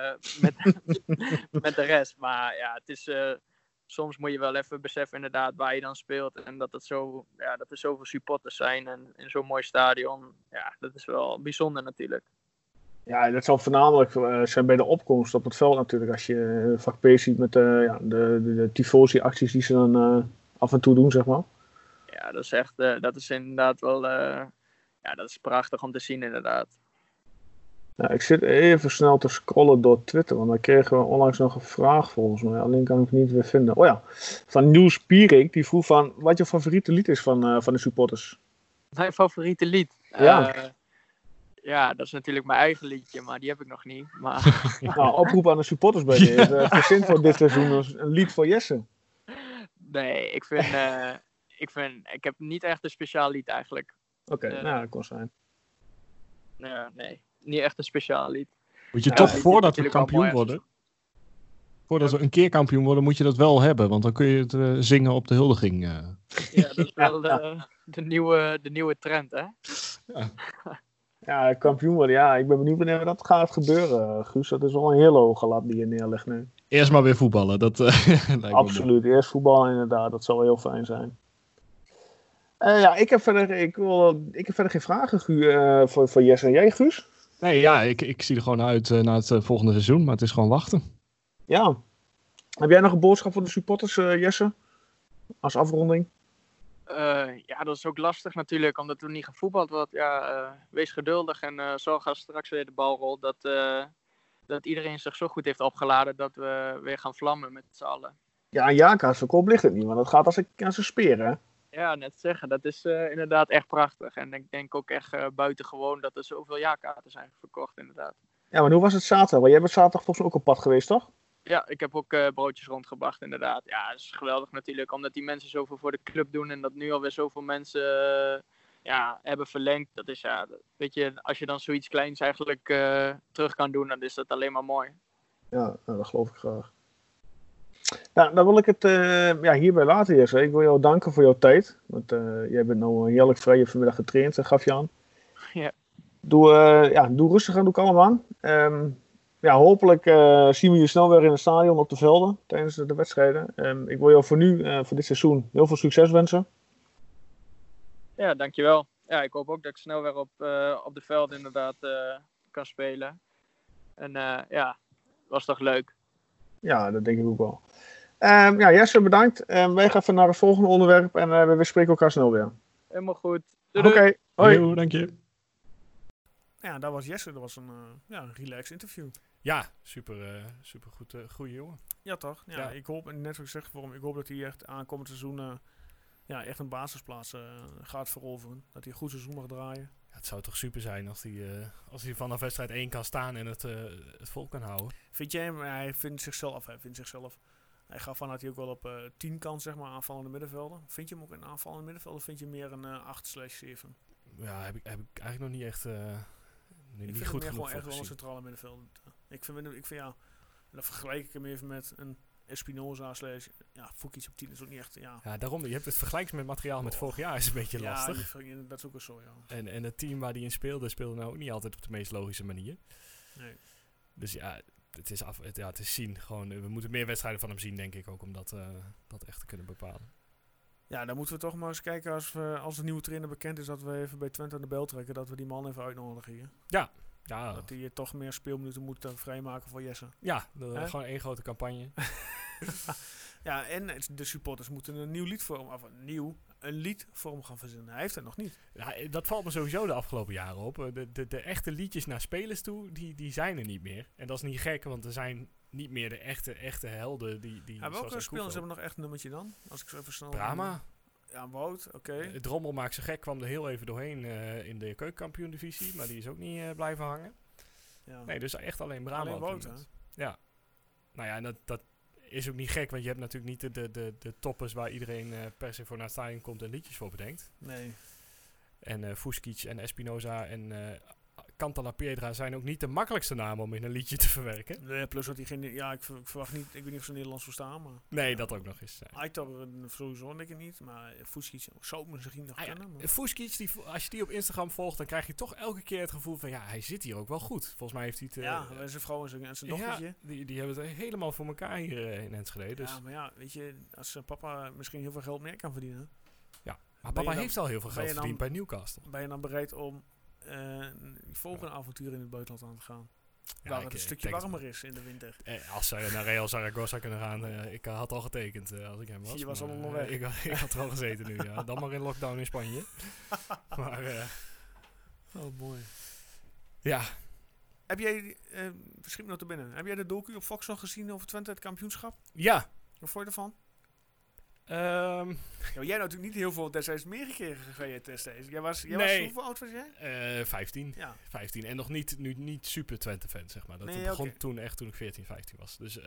[SPEAKER 7] met de rest. Maar ja, het is... soms moet je wel even beseffen inderdaad waar je dan speelt. En dat er zoveel supporters zijn en in zo'n mooi stadion. Ja, dat is wel bijzonder natuurlijk.
[SPEAKER 6] Ja, dat zal voornamelijk zijn bij de opkomst op het veld natuurlijk. Als je vak P ziet met de tifosi-acties die ze dan af en toe doen, zeg maar.
[SPEAKER 7] Ja, dat is echt, dat is inderdaad wel, dat is prachtig om te zien inderdaad.
[SPEAKER 6] Nou, ik zit even snel te scrollen door Twitter, want daar kregen we onlangs nog een vraag volgens mij. Alleen kan ik het niet weer vinden. Oh ja, van Niels Pierik, die vroeg van wat je favoriete lied is van de supporters.
[SPEAKER 7] Mijn favoriete lied?
[SPEAKER 6] Ja,
[SPEAKER 7] dat is natuurlijk mijn eigen liedje, maar die heb ik nog niet. Maar...
[SPEAKER 6] Nou, oproep aan de supporters bij deze. Verzin voor dit seizoen een lied voor Jesse.
[SPEAKER 7] Nee, ik heb niet echt een speciaal lied eigenlijk.
[SPEAKER 6] Oké, dat kon zijn.
[SPEAKER 7] Nee. Niet echt een speciaal lied.
[SPEAKER 8] Moet je toch voordat we kampioen worden, voordat we een keer kampioen worden, moet je dat wel hebben. Want dan kun je het zingen op de huldiging.
[SPEAKER 7] Ja, dat is wel de nieuwe trend, hè?
[SPEAKER 6] Ja, kampioen worden. Ja, ik ben benieuwd wanneer dat gaat gebeuren, Guus. Dat is wel een hele hoge lat die je neerlegt nu.
[SPEAKER 8] Eerst maar weer voetballen. Dat lijkt me
[SPEAKER 6] absoluut, eerst voetballen inderdaad. Dat zou wel heel fijn zijn. Ik heb verder geen vragen voor Jesse en jij, Guus.
[SPEAKER 8] Nee, ja, ik zie er gewoon uit naar het volgende seizoen, maar het is gewoon wachten.
[SPEAKER 6] Ja. Heb jij nog een boodschap voor de supporters, Jesse? Als afronding?
[SPEAKER 7] Dat is ook lastig natuurlijk, omdat er niet gevoetbald wordt. Ja, wees geduldig en zorg als straks weer de bal rolt dat iedereen zich zo goed heeft opgeladen dat we weer gaan vlammen met z'n allen.
[SPEAKER 6] Ja, een jaarkaartverkoop ligt het niet, want dat gaat als een speer, hè?
[SPEAKER 7] Ja, net zeggen. Dat is inderdaad echt prachtig. En ik denk ook echt buitengewoon dat er zoveel jaarkaarten zijn verkocht, inderdaad.
[SPEAKER 6] Ja, maar hoe was het zaterdag? Want jij bent zaterdag volgens mij ook op pad geweest, toch?
[SPEAKER 7] Ja, ik heb ook broodjes rondgebracht, inderdaad. Ja, dat is geweldig natuurlijk, omdat die mensen zoveel voor de club doen en dat nu alweer zoveel mensen hebben verlengd. Dat is, weet je, als je dan zoiets kleins eigenlijk terug kan doen, dan is dat alleen maar mooi.
[SPEAKER 6] Ja, dat geloof ik graag. Ja, dan wil ik het hierbij laten, Jesse. Ik wil jou danken voor jouw tijd. Want jij bent nou heerlijk vrij vanmiddag getraind, gaf je aan.
[SPEAKER 7] Ja.
[SPEAKER 6] Doe rustig aan, doe kalm aan. Hopelijk zien we je snel weer in het stadion op de velden tijdens de wedstrijden. Ik wil jou voor nu, voor dit seizoen, heel veel succes wensen.
[SPEAKER 7] Ja, dankjewel. Ja, ik hoop ook dat ik snel weer op de velden inderdaad kan spelen. En was toch leuk.
[SPEAKER 6] Ja, dat denk ik ook wel. Jesse, bedankt. Wij gaan even naar het volgende onderwerp en we spreken elkaar snel weer.
[SPEAKER 7] Helemaal goed.
[SPEAKER 6] Oké, hoi.
[SPEAKER 8] Yo, dank je.
[SPEAKER 1] Ja, dat was Jesse. Dat was een relaxed interview.
[SPEAKER 2] Ja, super goed. Goeie jongen.
[SPEAKER 1] Ja, toch? Ja. Ik hoop, en net zoals ik zeg voor hem, ik hoop dat hij echt aankomend seizoen echt een basisplaats gaat veroveren. Dat hij een goed seizoen mag draaien.
[SPEAKER 2] Ja, het zou toch super zijn als hij vanaf wedstrijd 1 kan staan en het vol kan houden.
[SPEAKER 1] Vind jij hem? Hij vindt zichzelf. Hij gaf van dat hij ook wel op 10 kan, zeg maar, aanvallende middenvelden. Vind je hem ook een aanvallende middenvelder? Of vind je meer een 8/7?
[SPEAKER 2] Ja, heb ik eigenlijk nog niet echt
[SPEAKER 1] niet
[SPEAKER 2] goed genoeg
[SPEAKER 1] gewoon
[SPEAKER 2] voor
[SPEAKER 1] echt wel een
[SPEAKER 2] gezien.
[SPEAKER 1] centrale middenvelder. Ik vind ja, dan vergelijk ik hem even met een Espinoza / Fukic op 10 is ook niet echt,
[SPEAKER 2] Ja, daarom, je hebt het vergelijkingsmateriaal met vorig jaar is een beetje lastig.
[SPEAKER 1] Ja, dat is ook wel zo, ja.
[SPEAKER 2] En het team waar hij in speelde nou ook niet altijd op de meest logische manier.
[SPEAKER 1] Nee.
[SPEAKER 2] Dus ja, het is zien. Gewoon, we moeten meer wedstrijden van hem zien, denk ik ook, om dat echt te kunnen bepalen.
[SPEAKER 1] Ja, dan moeten we toch maar eens kijken als de nieuwe trainer bekend is, dat we even bij Twente aan de bel trekken, dat we die man even uitnodigen hier.
[SPEAKER 2] Ja.
[SPEAKER 1] Dat hij toch meer speelminuten moet vrijmaken voor Jesse.
[SPEAKER 2] Ja, gewoon één grote campagne.
[SPEAKER 1] Ja, en de supporters moeten een nieuw lied voor hem, een lied voor hem gaan verzinnen. Hij heeft het nog niet.
[SPEAKER 2] Ja, dat valt me sowieso de afgelopen jaren op. De echte liedjes naar spelers toe, die zijn er niet meer. En dat is niet gek, want er zijn niet meer de echte helden die
[SPEAKER 1] welke spelers hebben nog echt een nummertje dan? Als ik zo even snel...
[SPEAKER 2] Brahma.
[SPEAKER 1] Ja, Wout, oké.
[SPEAKER 2] Drommel maakt ze gek, kwam er heel even doorheen in de keukenkampioen-divisie, maar die is ook niet blijven hangen. Ja. Nee, dus echt alleen Brahma.
[SPEAKER 1] Alleen Wout, hè?
[SPEAKER 2] Ja. Nou ja, en dat is ook niet gek, want je hebt natuurlijk niet de toppers waar iedereen per se voor naar het stadion komt en liedjes voor bedenkt.
[SPEAKER 1] Nee.
[SPEAKER 2] En Fuskic en Espinoza en Cantala Piedra zijn ook niet de makkelijkste namen om in een liedje te verwerken.
[SPEAKER 1] Nee, plus dat hij geen... Ja, ik verwacht niet... Ik weet niet of ze Nederlands verstaan, maar...
[SPEAKER 2] Nee, dat ook nog eens.
[SPEAKER 1] Aitor sowieso denk ik niet, maar Fuskic zou ik misschien nog kennen. Maar...
[SPEAKER 2] Fuskic, als je die op Instagram volgt, dan krijg je toch elke keer het gevoel van... Ja, hij zit hier ook wel goed. Volgens mij heeft hij het...
[SPEAKER 1] zijn vrouw en zijn dochtertje.
[SPEAKER 2] Ja, die hebben het helemaal voor elkaar hier in Enschede. Dus.
[SPEAKER 1] Ja, maar ja, weet je, als papa misschien heel veel geld meer kan verdienen...
[SPEAKER 2] Ja, maar papa heeft al heel veel geld verdiend bij Newcastle.
[SPEAKER 1] Ben je dan bereid om volgende avontuur in het buitenland aan te gaan? Ja, waar het een stukje warmer is in de winter.
[SPEAKER 2] Als zij naar Real Zaragoza kunnen gaan, ik had al getekend als ik hem was.
[SPEAKER 1] Je was al onderweg.
[SPEAKER 2] Ik had er al gezeten nu, ja. Dan maar in lockdown in Spanje. Maar,
[SPEAKER 1] oh, mooi.
[SPEAKER 2] Ja.
[SPEAKER 1] Heb jij, misschien nog te binnen, heb jij de docu op Fox nog gezien over Twente het kampioenschap?
[SPEAKER 2] Ja.
[SPEAKER 1] Wat vond je ervan? Ja, jij natuurlijk niet heel veel destijds meegekregen destijds. Jij was hoeveel oud was jij?
[SPEAKER 2] 15. Ja. 15. En nog niet super Twente-fan, zeg maar. Dat begon toen echt toen ik 14, 15 was. Dus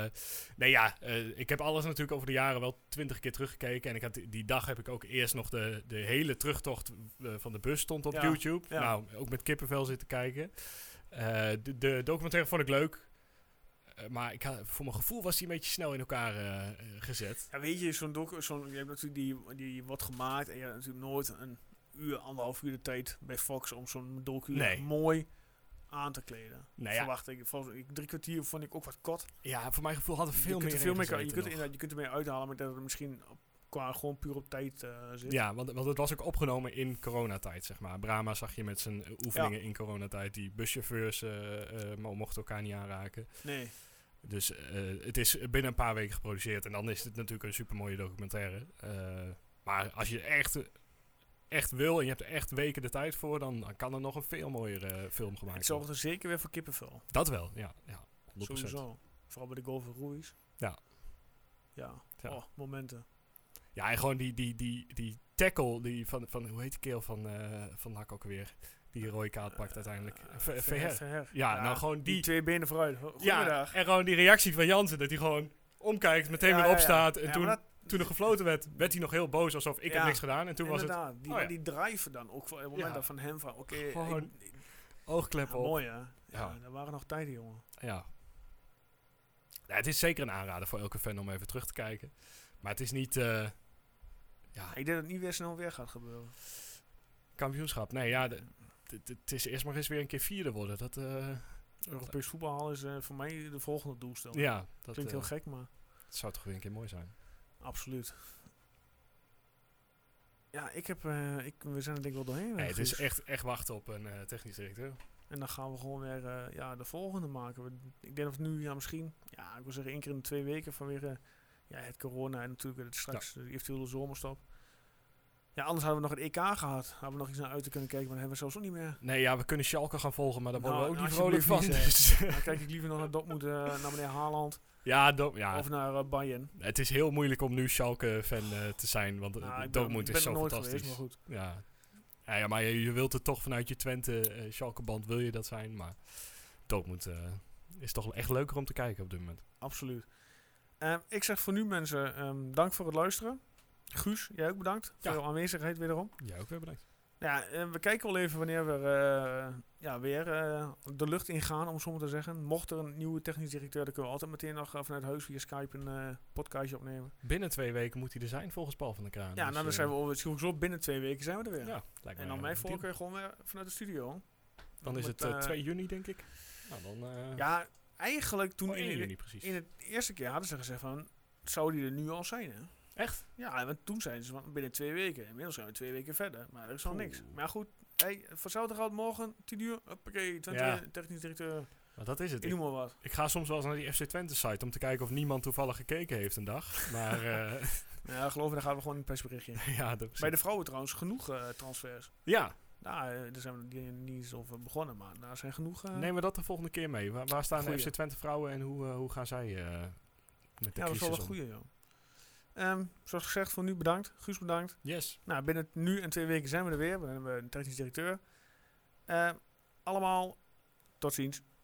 [SPEAKER 2] ik heb alles natuurlijk over de jaren wel 20 keer teruggekeken. En ik had die dag heb ik ook eerst nog de hele terugtocht van de bus stond op YouTube. Ja. Nou, ook met kippenvel zitten kijken. De documentaire vond ik leuk. Maar voor mijn gevoel was die een beetje snel in elkaar gezet.
[SPEAKER 1] Ja, weet je, je hebt natuurlijk die wordt gemaakt en je hebt natuurlijk nooit een uur, 1,5 uur de tijd bij Fox om zo'n docu mooi aan te kleden. Verwacht ik. 3 kwartier vond ik ook wat kort.
[SPEAKER 2] Ja, voor mijn gevoel had er veel meer
[SPEAKER 1] je kunt er meer uithalen, maar dat het misschien qua gewoon puur op tijd zit.
[SPEAKER 2] Ja, want het was ook opgenomen in coronatijd, zeg maar. Brahma zag je met zijn oefeningen in coronatijd. Die buschauffeurs mochten elkaar niet aanraken.
[SPEAKER 1] Nee.
[SPEAKER 2] Dus het is binnen een paar weken geproduceerd. En dan is het natuurlijk een supermooie documentaire. Maar als je echt wil en je hebt er echt weken de tijd voor... dan kan er nog een veel mooiere film gemaakt worden.
[SPEAKER 1] Het zorgt er zeker weer voor kippenvel.
[SPEAKER 2] Dat wel, ja 100%.
[SPEAKER 1] Sowieso. Vooral bij de goal van Ruiz. Ja. Oh, momenten.
[SPEAKER 2] Ja, en gewoon die tackle die van hoe heet die kerel van NAC ook alweer... Die rode kaart pakt uiteindelijk. Verher. Ja, nou gewoon die
[SPEAKER 1] 2 benen vooruit.
[SPEAKER 2] Goedemiddag. En gewoon die reactie van Jansen, dat hij gewoon omkijkt, meteen weer opstaat. En toen er gefloten werd hij nog heel boos, alsof ik heb niks gedaan. En toen
[SPEAKER 1] inderdaad,
[SPEAKER 2] was het...
[SPEAKER 1] die drive dan ook, op het moment dat van hem van,
[SPEAKER 2] gewoon oogkleppen op.
[SPEAKER 1] Mooi, hè? Ja, dat waren nog tijden, jongen.
[SPEAKER 2] Ja. Ja, het is zeker een aanrader voor elke fan om even terug te kijken. Maar het is niet...
[SPEAKER 1] Ik denk dat het niet weer snel weer gaat gebeuren.
[SPEAKER 2] Kampioenschap. Nee, ja, het is eerst maar eens weer een keer vierde worden. Dat...
[SPEAKER 1] Europees voetbal is voor mij de volgende doelstelling.
[SPEAKER 2] Ja, dat
[SPEAKER 1] klinkt heel gek, maar...
[SPEAKER 2] Het zou toch weer een keer mooi zijn.
[SPEAKER 1] Absoluut. Ja, we zijn er denk ik wel doorheen.
[SPEAKER 2] Nee, het is echt wachten op een technisch directeur.
[SPEAKER 1] En dan gaan we gewoon weer de volgende maken. Ik denk dat we nu misschien, ik wil zeggen 1 keer in de 2 weken vanwege het corona en natuurlijk straks de eventuele zomerstop. Ja, anders hadden we nog het EK gehad. Hadden we nog iets naar uit te kunnen kijken, maar dat hebben we zelfs ook niet meer.
[SPEAKER 2] Nee, we kunnen Schalke gaan volgen, maar daar worden we ook niet
[SPEAKER 1] vrolijk
[SPEAKER 2] van.
[SPEAKER 1] Dan kijk ik liever nog naar Dortmund, naar meneer Haaland. Of naar Bayern.
[SPEAKER 2] Het is heel moeilijk om nu Schalke-fan te zijn, want Dortmund is zo fantastisch.
[SPEAKER 1] Geweest, maar goed.
[SPEAKER 2] Ja, maar je wilt het toch vanuit je Twente Schalke-band, wil je dat zijn. Maar Dortmund is toch echt leuker om te kijken op dit moment.
[SPEAKER 1] Absoluut. Ik zeg voor nu mensen, dank voor het luisteren. Guus, jij ook bedankt voor jouw aanwezigheid wederom.
[SPEAKER 2] Jij ook weer bedankt.
[SPEAKER 1] Ja, we kijken wel even wanneer we weer de lucht ingaan, om het zo maar te zeggen. Mocht er een nieuwe technisch directeur, dan kunnen we altijd meteen nog vanuit huis via Skype een podcastje opnemen.
[SPEAKER 2] Binnen 2 weken moet hij er zijn, volgens Paul van der Kraan.
[SPEAKER 1] Ja, dus dan zijn we sowieso binnen 2 weken zijn we er weer.
[SPEAKER 2] Ja, lijkt me.
[SPEAKER 1] En dan mijn voorkeur gewoon weer vanuit de studio.
[SPEAKER 2] Dan is het 2 juni, denk ik. Nou, dan...
[SPEAKER 1] Ja, eigenlijk toen
[SPEAKER 2] 1 juni precies.
[SPEAKER 1] In het eerste keer hadden ze gezegd van, zou die er nu al zijn, hè?
[SPEAKER 2] Echt?
[SPEAKER 1] Ja, want toen zeiden ze van binnen 2 weken. Inmiddels zijn we 2 weken verder. Maar er is nog niks. Maar goed, voor hetzelfde gaat morgen 10 uur. Hoppakee, technisch directeur.
[SPEAKER 2] Maar dat is het.
[SPEAKER 1] Ik noem maar wat.
[SPEAKER 2] Ik ga soms wel eens naar die FC Twente site om te kijken of niemand toevallig gekeken heeft een dag. Maar...
[SPEAKER 1] geloof me, dan gaan we gewoon een persberichtje. Bij de vrouwen trouwens genoeg transfers.
[SPEAKER 2] Ja.
[SPEAKER 1] Daar zijn we niet eens over begonnen, maar daar zijn genoeg...
[SPEAKER 2] Nemen we dat de volgende keer mee. Waar staan de FC Twente vrouwen en hoe gaan zij met de crisis om?
[SPEAKER 1] Dat is wel een goeie, joh. Zoals gezegd, voor nu bedankt. Guus bedankt.
[SPEAKER 2] Yes.
[SPEAKER 1] Nou, binnen nu en 2 weken zijn we er weer. We hebben een technisch directeur. Allemaal, tot ziens.